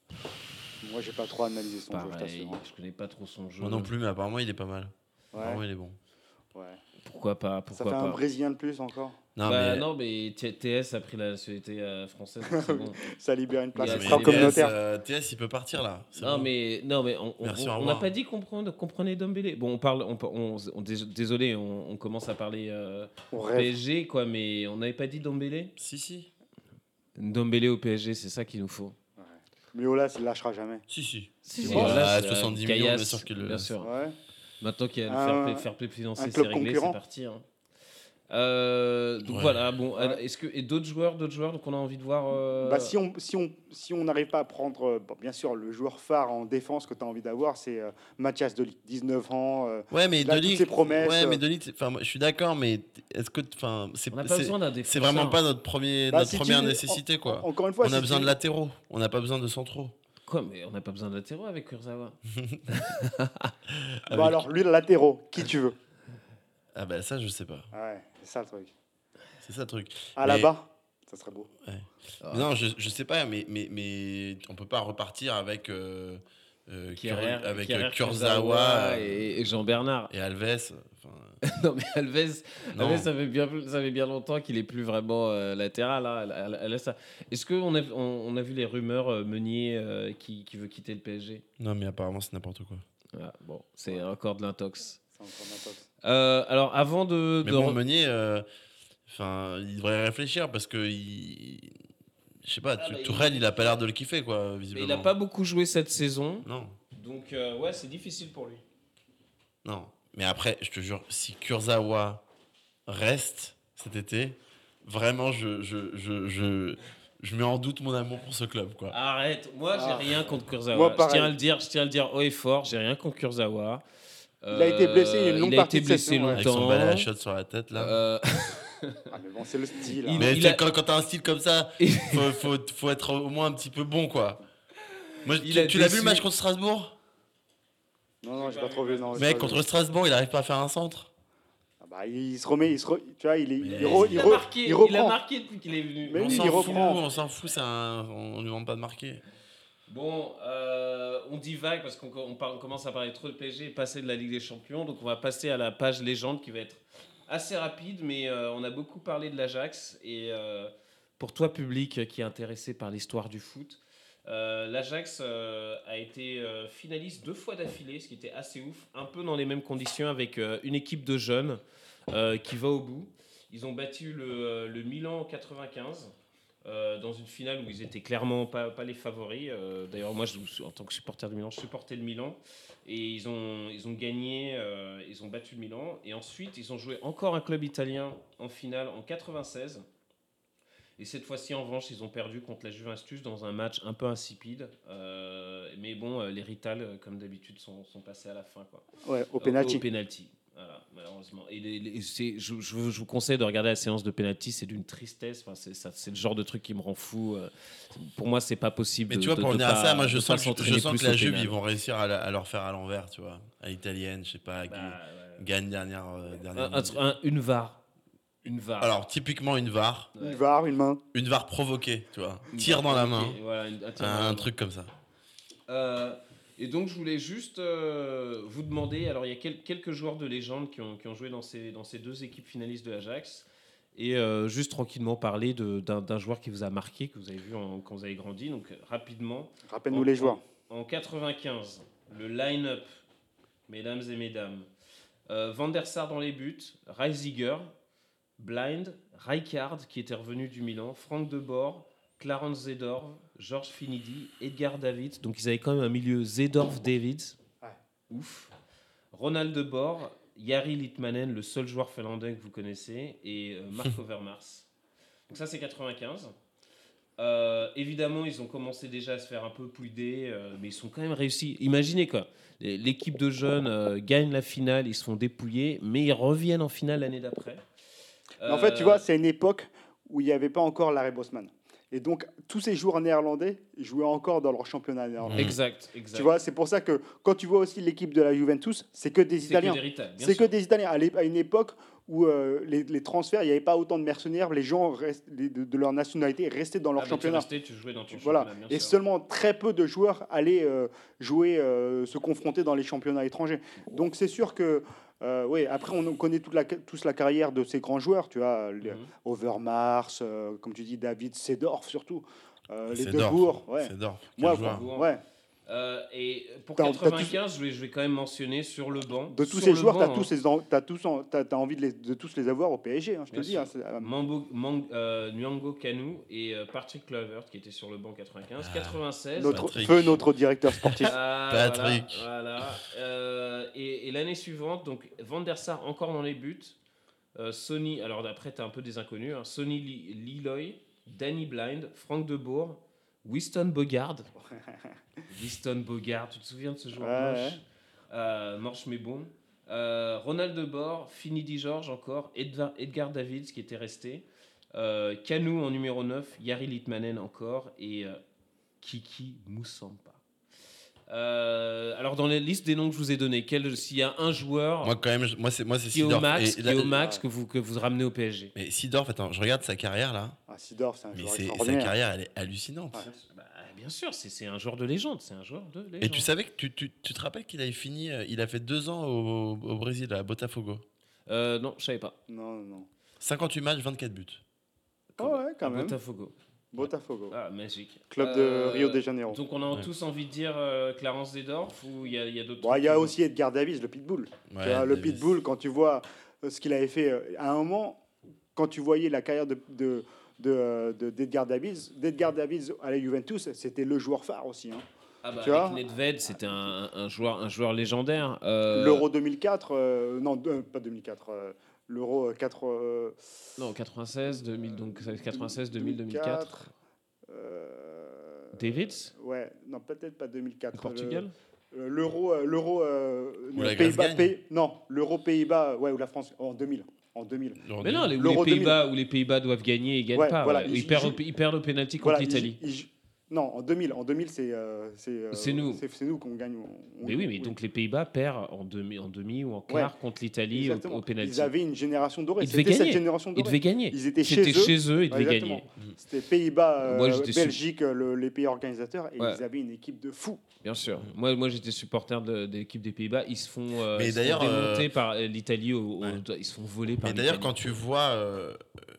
Moi, j'ai pas trop analysé son jeu, je Pareil, t'assure. je connais pas trop son jeu. Moi non plus, mais apparemment, il est pas mal. Ouais, Apparemment, il est bon. ouais. Pourquoi pas Ça pourquoi fait pas. un Brésilien de plus encore. Non, bah mais. non, mais T- TS a pris la nationalité euh, française, donc c'est bon. Ça libère une place. Il y a Ce des- sera des- communautaire. T S, euh, T S, il peut partir là. C'est Non bon. mais non mais on on- Merci, au on- on n'a revoir. pas dit qu'on prenait, qu'on prenait Dembélé. Bon, on parle, on, on- on- dés- désolé, on, on commence à parler euh, On P rêve. S G quoi, mais on n'avait pas dit Dembélé. Si, si. Dembélé au P S G, c'est ça qu'il nous faut. Mais Olas, il lâchera jamais. Si, si. Si, si, si, bon, là, à c'est, soixante-dix euh, millions, bien Caillasse, sûr qu'il le bien laisse. sûr. Ouais. Maintenant qu'il y a le Un- fair play, fair play financier, un c'est club réglé, concurrent. c'est parti. hein. Euh, donc Ouais. voilà, bon, Ouais. alors, est-ce que et d'autres joueurs, d'autres joueurs, donc on a envie de voir. euh, Bah, si on si on si on n'arrive pas à prendre, euh, bon, bien sûr, le joueur phare en défense que tu as envie d'avoir, c'est euh, Mathias De Ligt, dix-neuf ans. euh, Ouais, mais Il a De toutes Ligt- ses promesses, Ouais, mais euh. De Ligt, c'est- enfin, moi, je suis d'accord, mais est-ce que, enfin, c'est, on n'a pas c'est- besoin d'un c'est défenseur. vraiment pas notre premier, Bah, notre si première tu- nécessité, quoi. en- encore une fois, On a si besoin tu- de latéraux, on n'a pas besoin de centraux. Quoi, mais on n'a pas besoin de latéraux avec Kurzawa. Bah Avec- alors, lui, le latéraux, qui tu veux. Ah bah ça, je sais pas. Ouais, c'est ça le truc. C'est ça le truc. À Mais- la bas, ça serait beau. Ah. Non, je, je sais pas, mais, mais, mais on peut pas repartir avec, euh, euh, Kierer, Kur- avec Kierer, euh, Kurzawa euh, et, et Jean-Bernard. et Alves. Enfin, non mais Alves, non. Alves, ça fait bien, ça fait bien longtemps qu'il est plus vraiment euh, latéral. Hein. Elle- elle- elle- ça. Est-ce qu'on a, on, on a vu les rumeurs euh, Meunier euh, qui, qui veut quitter le P S G? non, mais apparemment, c'est n'importe quoi. Ah, bon, c'est encore de l'intox. C'est encore n'importe. Euh, alors avant de, Mais de bon, re- Meunier, euh, enfin, il devrait réfléchir parce que il... je sais pas, Ah, bah, Tourelle, il- il a pas l'air de le kiffer, quoi, mais visiblement. il n'a pas beaucoup joué cette saison, Non, donc euh, ouais, c'est difficile pour lui. non. Mais après, je te jure, si Kurzawa reste cet été, vraiment, je, je, je, je, je mets en doute mon amour pour ce club, quoi. Arrête, moi j'ai Ah. rien contre Kurzawa. Moi, je pareil. tiens à le dire, je tiens à le dire haut et fort, j'ai rien contre Kurzawa. Il a été blessé, il y a une longue il a partie été de blessé saison, ouais. Avec son longtemps. balai à shot sur la tête, là. Euh, Ah, mais bon, c'est le style. Il- hein. Mais il tu sais, a- quand, quand t'as un style comme ça, Il- faut, faut, faut être au moins un petit peu bon, quoi. Moi, Il tu a tu l'as vu déçu. le match contre Strasbourg? Non, non, j'ai pas trop vu. Non, j'ai Mec, pas contre vu. Strasbourg, il arrive pas à faire un centre. Ah bah, il se remet, il se re- tu vois, il, est, Mais il, re- il, il a re- marqué, il il a reprend. marqué depuis qu'il est venu. Mais on oui, s'en il fout, reprend. on s'en fout, c'est un... on lui demande pas de marquer. Bon, euh, on divague parce qu'on on parle- on commence à parler trop de P S G et passer de la Ligue des Champions. Donc on va passer à la page légende qui va être assez rapide, mais euh, on a beaucoup parlé de l'Ajax. Et euh, pour toi, public qui est intéressé par l'histoire du foot, euh, l'Ajax euh, a été euh, finaliste deux fois d'affilée, ce qui était assez ouf. Un peu dans les mêmes conditions avec euh, une équipe de jeunes euh, qui va au bout. Ils ont battu le, euh, le Milan en quatre-vingt-quinze. Euh, dans une finale où ils étaient clairement pas, pas les favoris. Euh, D'ailleurs, moi, je, en tant que supporter du Milan, je supportais le Milan. Et ils ont, ils ont gagné, euh, ils ont battu le Milan. Et ensuite, ils ont joué encore un club italien en finale en quatre-vingt-seize. Et cette fois-ci, en revanche, ils ont perdu contre la Juventus dans un match un peu insipide. Euh, mais bon, euh, les Rital, euh, comme d'habitude, sont, sont passés à la fin, quoi. Ouais, au penalty. Au penalty. Voilà, malheureusement. Et les- les- c'est- je, je vous- je vous conseille de regarder la séance de penalty, c'est d'une tristesse. Enfin, c'est, ça, c'est le genre de truc qui me rend fou. Euh, Pour moi, c'est pas possible. Mais de- tu vois, de- pour de revenir à pas- ça, moi, je de sens, pas que, je s'entraîner sens plus que la au Juve, pénal. ils vont réussir à, la- à leur faire à l'envers, tu vois. À l'italienne, je sais pas, qui Bah, ouais. gagne dernière... euh, dernière Un- un- un- une V A R. Une V A R. Alors, typiquement, une V A R. Une V A R, une main. Une V A R provoquée, tu vois. Une Tire V A R dans la provoquée. main. Voilà, une- un tir dans la Un main. truc comme ça. Euh, et donc, je voulais juste euh, vous demander. Alors, il y a quel- quelques joueurs de légende qui ont, qui ont joué dans ces, dans ces deux équipes finalistes de l'Ajax. Et euh, juste tranquillement parler de- d'un d'un joueur qui vous a marqué, que vous avez vu en- quand vous avez grandi. Donc, rapidement. Rappelle-nous les joueurs. En quatre-vingt-quinze, le line-up, mesdames et mesdames. Euh, Van der Sar dans les buts, Reisiger, Blind, Rijkaard qui était revenu du Milan, Frank de Boer, Clarence Zedorf, Georges Finidi, Edgar Davids. Donc ils avaient quand même un milieu Zedorf-Davids. Ouais. Ouf. Ronald de Boer, Jari Litmanen, le seul joueur finlandais que vous connaissez, et euh, Mark Overmars. Donc ça c'est quatre-vingt-quinze. Euh, évidemment, ils ont commencé déjà à se faire un peu pouider, euh, mais ils sont quand même réussis. Imaginez quoi, les- l'équipe de jeunes euh, gagne la finale, ils se font dépouiller, mais ils reviennent en finale l'année d'après. Mais en fait, tu Euh, vois, c'est une époque où il n'y avait pas encore l'arrêt Bosman. Et donc, tous ces joueurs néerlandais jouaient encore dans leur championnat néerlandais. Exact, exact. Tu vois, c'est pour ça que quand tu vois aussi l'équipe de la Juventus, c'est que des c'est Italiens. que des Italiens, bien C'est sûr. que des Italiens. À l'é- à une époque où euh, les, les transferts, il n'y avait pas autant de mercenaires, les gens rest- les- de, de leur nationalité restaient dans leur Ah, mais tu championnat. restais, tu jouais dans ton Voilà. championnat, bien Et sûr. seulement très peu de joueurs allaient euh, jouer, euh, se confronter dans les championnats étrangers. Donc c'est sûr que, euh, oui, après on connaît toute la, tous la carrière de ces grands joueurs, tu vois, les Mhm. Overmars, euh, comme tu dis, David Seedorf surtout, euh, les C'est De Dorf. Boer, ouais. C'est Dorf. Quel Moi, joueur. joueur. ouais. Euh, et pour T'as- t'as quatre-vingt-quinze, je vais, je vais quand même mentionner sur le banc. De tous sur ces le joueurs, tu banc, as, hein, tous ces en- t'as tous en- t'as- t'as envie de, les, de tous les avoir au P S G, hein, je te Bien le dis. sûr. hein, c'est, euh, Mambo, Mang- euh, Nyango Kanu et euh, Patrick Kluivert qui étaient sur le banc quatre-vingt-quinze. Ah, quatre-vingt-seize. notre, Patrick. feu notre directeur sportif. Ah, Patrick. Voilà. voilà. Euh, et et l'année suivante, donc Van der Sar encore dans les buts. Euh, Sonny, alors d'après, tu as un peu des inconnus. Hein, Sonny Li- Liloy, Danny Blind, Frank de Boer, Winston Bogard. Winston Bogard, tu te souviens de ce joueur Ouais, moche ouais. euh, Moche mais bon. Euh, Ronald de Boer, Finidi George encore, Edvar- Edgar Davids qui était resté. Euh, Kanu en numéro neuf, Jari Litmanen encore et euh, Kiki Moussampa. Euh, alors dans la liste des noms que je vous ai donnés, quel, s'il y a un joueur Moi, quand même, je- moi, c'est, moi, c'est qui est au Seedorf. max, Et qui là- est au max que, vous, que vous ramenez au P S G. Mais Seedorf, attends, je regarde sa carrière là. Ah, Sidorf, c'est un Mais joueur c'est, sa extraordinaire. carrière, elle est hallucinante. Ouais. Bah, bien sûr, c'est, c'est un joueur de légende, c'est un joueur de légende. Et tu savais que tu, tu, tu te rappelles qu'il avait fini, euh, il a fait deux ans au, au Brésil, à Botafogo. Euh, non, je savais pas. Non, non. cinquante-huit matchs, vingt-quatre buts. Oh ouais, quand même. Botafogo. Botafogo. Ah, magique. Club de Euh, Rio de Janeiro. Donc on a Ouais. tous envie de dire euh, Clarence Seedorf ou il y a, il y a d'autres Bon, il y a trucs aussi Edgar Davies, le pitbull. Ouais, Tu vois, le Davis. pitbull, quand tu vois euh, ce qu'il avait fait euh, à un moment, quand tu voyais la carrière de, de, de, euh, de- d'Edgar Davies, d'Edgar Davies à la Juventus, c'était le joueur phare aussi. hein. Ah bah, tu avec vois Nedved, c'était un, un joueur, un joueur légendaire. Euh, L'Euro deux mille quatre, euh, non, deux- pas deux mille quatre, euh, l'Euro quatre. euh, Non, quatre-vingt-seize, deux mille, donc quatre-vingt-seize, deux mille, deux mille quatre. euh, Davids Ouais, non, peut-être pas deux mille quatre. Le Portugal Le- euh, L'Euro, euh, l'Euro, euh, Où le la Grèce Pays-Bas, gagne. Pays- non, l'Euro Pays-Bas, ouais, ou la France en deux mille, en deux mille. Mais non, les, où L'Euro les Pays-Bas, où les Pays-Bas doivent gagner, ils gagnent Ouais, pas. voilà, ouais. ils- Ils, perdent, ils au, ils perdent au pénalty contre Voilà, il- l'Italie. il- non, en deux mille, en deux mille, c'est euh, c'est euh, C'est nous. c'est c'est nous qu'on gagne. on- Mais oui, mais donc les Pays-Bas perdent en demi, en demi ou en quart contre l'Italie au, Exactement. au pénalty. Ils avaient une génération dorée. Ils devaient C'était cette gagner. génération Ils dorée. devaient gagner. Ils étaient C'était chez eux. chez eux, ils Ouais, devaient exactement. gagner. C'était Pays-Bas, euh, Moi, j'étais su- Belgique, euh, le- les pays organisateurs, et Ouais. ils avaient une équipe de fous. Bien sûr. Moi, moi j'étais supporter de, de l'équipe des Pays-Bas. Ils se font, euh, Mais ils se font d'ailleurs, démonter euh, par l'Italie. Au, au- ouais. Ils se font voler par Et d'ailleurs, l'Italie. quand tu vois, euh,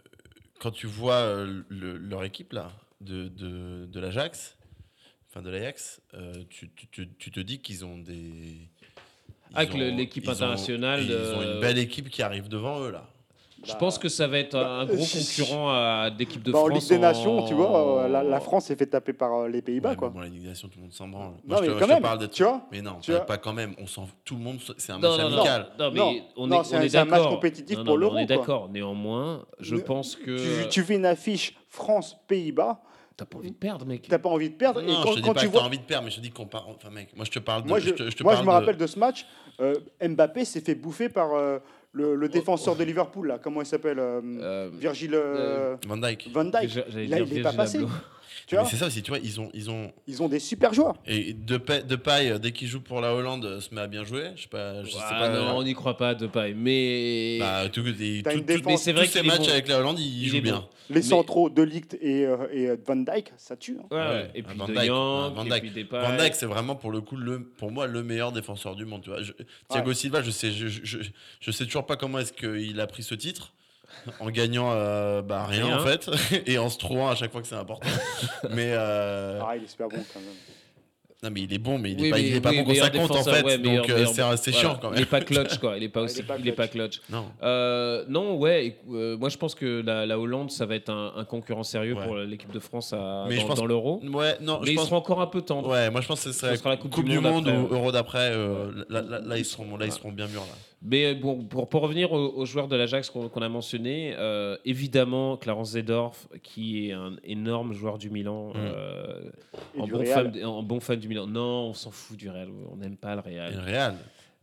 quand tu vois euh, le- leur équipe là, de, de, de l'Ajax, enfin de l'Ajax, euh, tu, tu, tu, tu te dis qu'ils ont des. Avec ils le- ont- l'équipe ils ont- internationale, et Ils ont euh, une belle équipe qui arrive devant eux là. Je Bah, pense que ça va être un bah, gros si- concurrent à l'équipe de Bah, en France. Ligue des Nations, tu vois, en- euh, la, la France s'est fait taper par euh, les Pays-Bas, Ouais, mais quoi. bon, la Ligue des Nations, tout le monde s'en branle. Non, Moi, mais je te, quand je te même, parle de tu vois. Mais non, Tu pas, vois. pas quand même. On s'en, tout le monde, c'est un Non, match non, non, amical. non, mais Non, on non, est, c'est on un- est c'est un match d'accord. compétitif Non, pour non, mais l'Euro, On est quoi. d'accord. Néanmoins, je Ne- pense que Tu, tu fais une affiche France-Pays-Bas, t'as pas envie de perdre, mec. t'as pas envie de perdre. Non, et quand, je te quand dis pas tu que t'as vois, envie de perdre, mais je te dis qu'on part. Enfin, mec, moi je te parle de. moi, je, te, je te moi, je parle me de- rappelle de ce match. euh, Mbappé s'est fait bouffer par euh, le, le défenseur de Liverpool, là. Comment il s'appelle euh, Euh, Virgil euh, Van Dyke. Van Dijk. J'allais Là, dire il n'est pas Virgil passé. Abloh. Tu Mais vois, c'est ça aussi, tu vois, ils ont, ils ont, ils ont des super joueurs. et de de paille dès qu'il joue pour la Hollande, euh, se met à bien jouer. Je sais pas, je sais Ah pas. non, on n'y croit pas de paille. Mais Bah, tout, et T'as tout- une tout- défense- Mais c'est vrai tous ces qu'il est matchs bon. avec la Hollande, ils Il jouent est bien. bon. Les Mais- centraux de Ligt et, euh, et euh, Van Dijk, ça tue. hein. Ouais, Ouais, et ah, puis Van De Dijk, Jong, Van et Dijk. puis Depay. Van Dijk, c'est vraiment pour le coup, le, pour moi, le meilleur défenseur du monde. Tu vois. Je- Thiago Ouais. Silva, je sais, je, je, je- je sais toujours pas comment est-ce qu'il a pris ce titre. En gagnant euh, bah, rien, Rien. en fait, et en se trouvant à chaque fois que c'est important. mais euh, Ah, il est super bon quand même. non, mais il est bon, mais il est Oui, pas, mais- il est pas oui, bon quand meilleur ça compte en défenseur, fait. ouais, meilleur- donc euh, meilleur- c'est c'est voilà. chiant quand Il même. est pas clutch, quoi. Il est pas Ah, il aussi, est pas il est pas clutch. clutch. Non. Euh, non, ouais. écou- euh, moi, je pense que la, la Hollande, ça va être un, un concurrent sérieux Ouais. pour l'équipe de France à, Mais dans, je pense- dans l'Euro. Ouais, non, Mais je ils pense. seront encore un peu tendres. Ouais, moi je pense que ce serait sera la Coupe Coupe du du Monde Monde après, ou ouais. Euro d'après. euh, là, là, là, ils seront, là, ils seront bien mûrs là. Mais bon, pour, pour revenir aux, aux joueurs de l'Ajax qu'on qu'on a mentionnés, euh, évidemment, Clarence Seedorf, qui est un énorme joueur du Milan, Mm. euh, Et en, du bon Real. fan, en bon fan du Milan. Non, on s'en fout du Real, on n'aime pas le Et Real. le Real.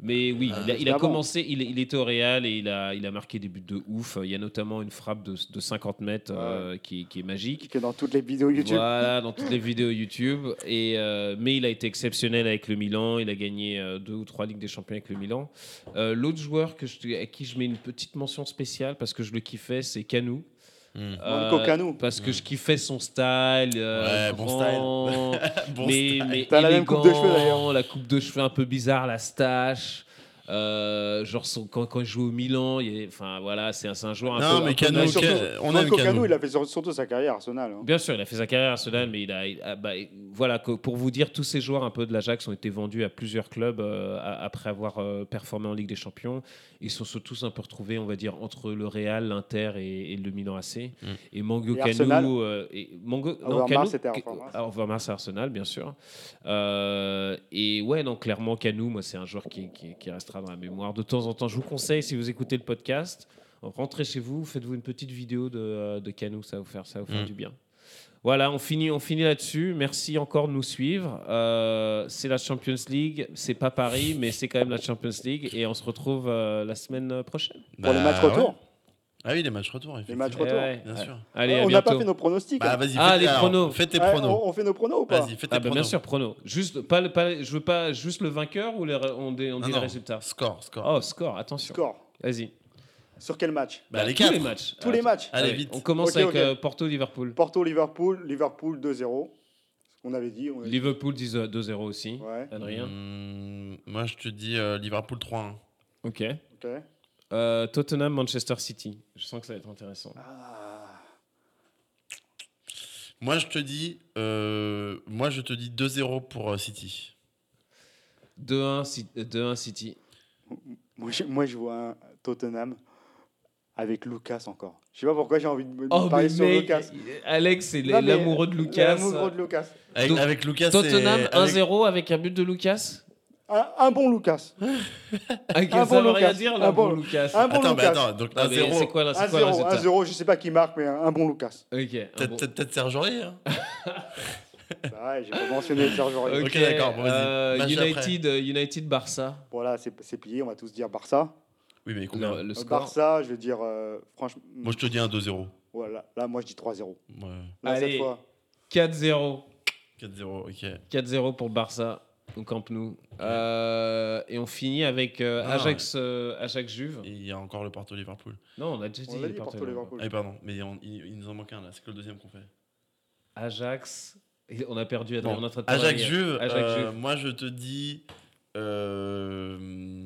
Mais oui, Ah, il, a, il a évidemment. commencé, il, il était au Real et il a, il a marqué des buts de ouf. Il y a notamment une frappe de, de cinquante mètres euh, qui, qui est magique. Que dans toutes les vidéos YouTube. Voilà, dans toutes les vidéos YouTube. Et, euh, mais il a été exceptionnel avec le Milan. Il a gagné euh, deux ou trois Ligues des Champions avec le Milan. Euh, l'autre joueur que je, à qui je mets une petite mention spéciale parce que je le kiffais, c'est Kanu. Hmm. Marco Kanu. Parce que je kiffais son style. euh, Ouais, bon grand, Bon mais, style. mais T'as la même coupe de élégant, cheveux, d'ailleurs. la coupe de cheveux un peu bizarre, la stache. Euh, genre son- quand, quand il joue au Milan, il est- enfin voilà, c'est un, c'est un joueur un Non, peu. mais un peu Kanu, magique. surtout, Ka- on aime Marco Kanu. Kanu, il a fait sur- surtout sa carrière à Arsenal. hein. Bien sûr, il a fait sa carrière à Arsenal, mais il a, il a- bah, voilà, que- pour vous dire, tous ces joueurs un peu de l'Ajax ont été vendus à plusieurs clubs euh, a- après avoir euh, performé en Ligue des Champions. Ils se sont tous un peu retrouvés, on va dire, entre le Real, l'Inter et, et le Milan A C. Mm. Et Mango Et Kanu, Arsenal. euh, et Mango, non, Overmars, Kanu, c'était à K- Overmars. à Overmars à Arsenal, bien sûr. Euh, et ouais, non, clairement, Kanu, moi, c'est un joueur qui, qui, qui restera dans la mémoire. De temps en temps, je vous conseille, si vous écoutez le podcast, rentrez chez vous, faites-vous une petite vidéo de, euh, de Kanu, ça va vous faire, ça va vous faire Mm. du bien. Voilà, on finit, on finit là-dessus. Merci encore de nous suivre. Euh, c'est la Champions League, c'est pas Paris, mais c'est quand même la Champions League, et on se retrouve euh, la semaine prochaine. Pour les Bah, matchs retour. ouais. Ah oui, les matchs retour. Les effectivement. matchs retour. Eh ouais. Bien sûr. Allez, à on n'a pas bientôt. fait nos pronostics. Bah, hein. vas-y, Ah, fais- les alors, pronos. Fais tes Ouais, pronos. on, on fait nos pronos ou pas Vas-y, fais tes Ah bah pronos. bien sûr, prono. Juste, pas, le- pas, je veux pas juste le vainqueur ou les, re- on dit, on Non, dit les non. résultats. Score, score. Oh, score, attention. Score. Vas-y. Sur quel match? Bah, les tous quatre. les matchs. Tous les matchs. Allez, Allez, vite. On commence Ok, avec ok. euh, Porto-Liverpool. Porto-Liverpool, Liverpool deux zéro. On avait dit. On avait dit. Liverpool disent euh, deux zéro aussi. Ouais. Adrien. Hmm, moi, je te dis euh, Liverpool trois un. Ok. Ok. Euh, Tottenham, Manchester City. Je sens que ça va être intéressant. Ah. Moi, je te dis, euh, moi, je te dis deux zéro pour euh, City. deux un Ci- euh, deux un City. Moi, je, moi, je vois un Tottenham avec Lucas encore. Je sais pas pourquoi j'ai envie de me Oh, mais parler sur mec, Lucas. Alex, c'est Non, mais l'amoureux de Lucas. L'amoureux de Lucas. Avec, Donc, avec Lucas, Tottenham c'est- un avec- zéro avec un but de Lucas. Un, un bon Lucas. Ok, Un ça bon veut rien Lucas. dire, Un là, bon- bon Lucas. un bon Attends, mais Lucas. attends, donc Non, un mais zéro. c'est quoi, là, c'est un quoi le zéro, un résultat zéro, je sais pas qui marque, mais un, un bon Lucas. Ok. un Peut-être bon- peut-être Serge Aurier, hein. Bah ouais, j'ai pas mentionné Serge Aurier. Ok, Ok, d'accord, bon, vas-y. euh, Match United, euh, United, Barça. Voilà, c'est c'est plié, on va tous dire Barça. Oui, mais combien? Non, le Euh, score. Barça, je veux dire, euh, franchement. Moi, je te dis un deux zéro. Voilà, là, moi, je dis trois zéro. Ouais. Là, Allez. cette fois. quatre zéro. quatre zéro, ok. quatre zéro pour le Barça au Camp Nou. Euh, et on finit avec euh, Non, Ajax, euh, Ajax Juve. Et il y a encore le Porto-Liverpool. Non, on a déjà dit, On l'a dit, Porto- Porto-Liverpool. Ah, pardon, mais on- il, il nous en manque un là, c'est que le deuxième qu'on fait. Ajax. Et on a perdu. Adrien, Bon, on est en train de Ajax travailler. Juve, Ajax euh, Juve. moi je te dis. euh,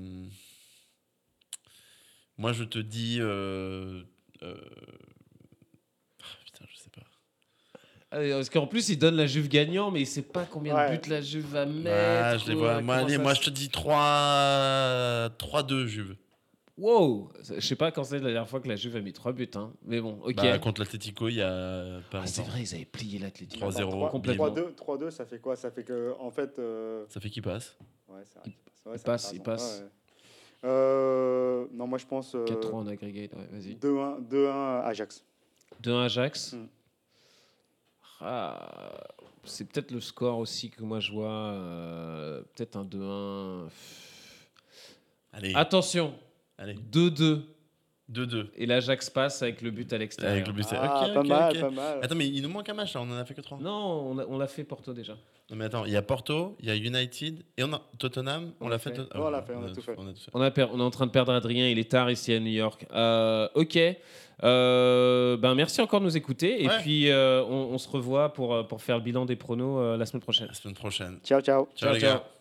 moi je te dis. euh, euh, ah, putain, je sais pas. Ah, Parce qu'en plus, il donne la Juve gagnant, mais il sait pas combien Ouais. de buts la Juve va mettre. Ah, je les vois. euh, Moi, comment allez, ça moi se- je te dis trois deux Juve. Wow. Je sais pas quand c'est la dernière fois que la Juve a mis trois buts. Hein. Mais bon, ok. Bah, contre l'Atletico, il y a pas Ah, c'est longtemps. vrai, ils avaient plié l'Atlético. trois zéro. trois- complètement. trois deux, trois deux, ça fait quoi? Ça fait que, en fait. euh, Ça fait qui passe? Ouais, c'est vrai qu'il passe. Ouais, il ça passe, fait il raison. passe. Ouais, ouais. Euh, non, moi, je pense. euh, quatre trois en aggregate, ouais, vas-y. deux un deux un Ajax. deux un Ajax. Mm. Ah, c'est peut-être le score aussi que moi je vois. euh, peut-être un deux un. Allez, Attention, allez. deux deux. deux deux. Et l'Ajax passe avec le but à l'extérieur. Avec le but. Ah, Ok, pas ok, mal, ok. pas mal. Attends, mais il nous manque un match là, on en a fait que trois. Non, on a- on l'a fait Porto déjà. Non, mais attends, il y a Porto, il y a United et on a Tottenham. On, On l'a l'a fait. fait. to- On l'a fait, on a tout fait. On a tout fait. On, a per- on est en train de perdre Adrien, il est tard ici à New York. Euh, ok. Euh, ben merci encore de nous écouter. Et Ouais. puis, euh, on, on se revoit pour, euh, pour faire le bilan des pronos euh, la semaine prochaine. La semaine prochaine. Ciao, ciao. Ciao, Ciao, les ciao. gars.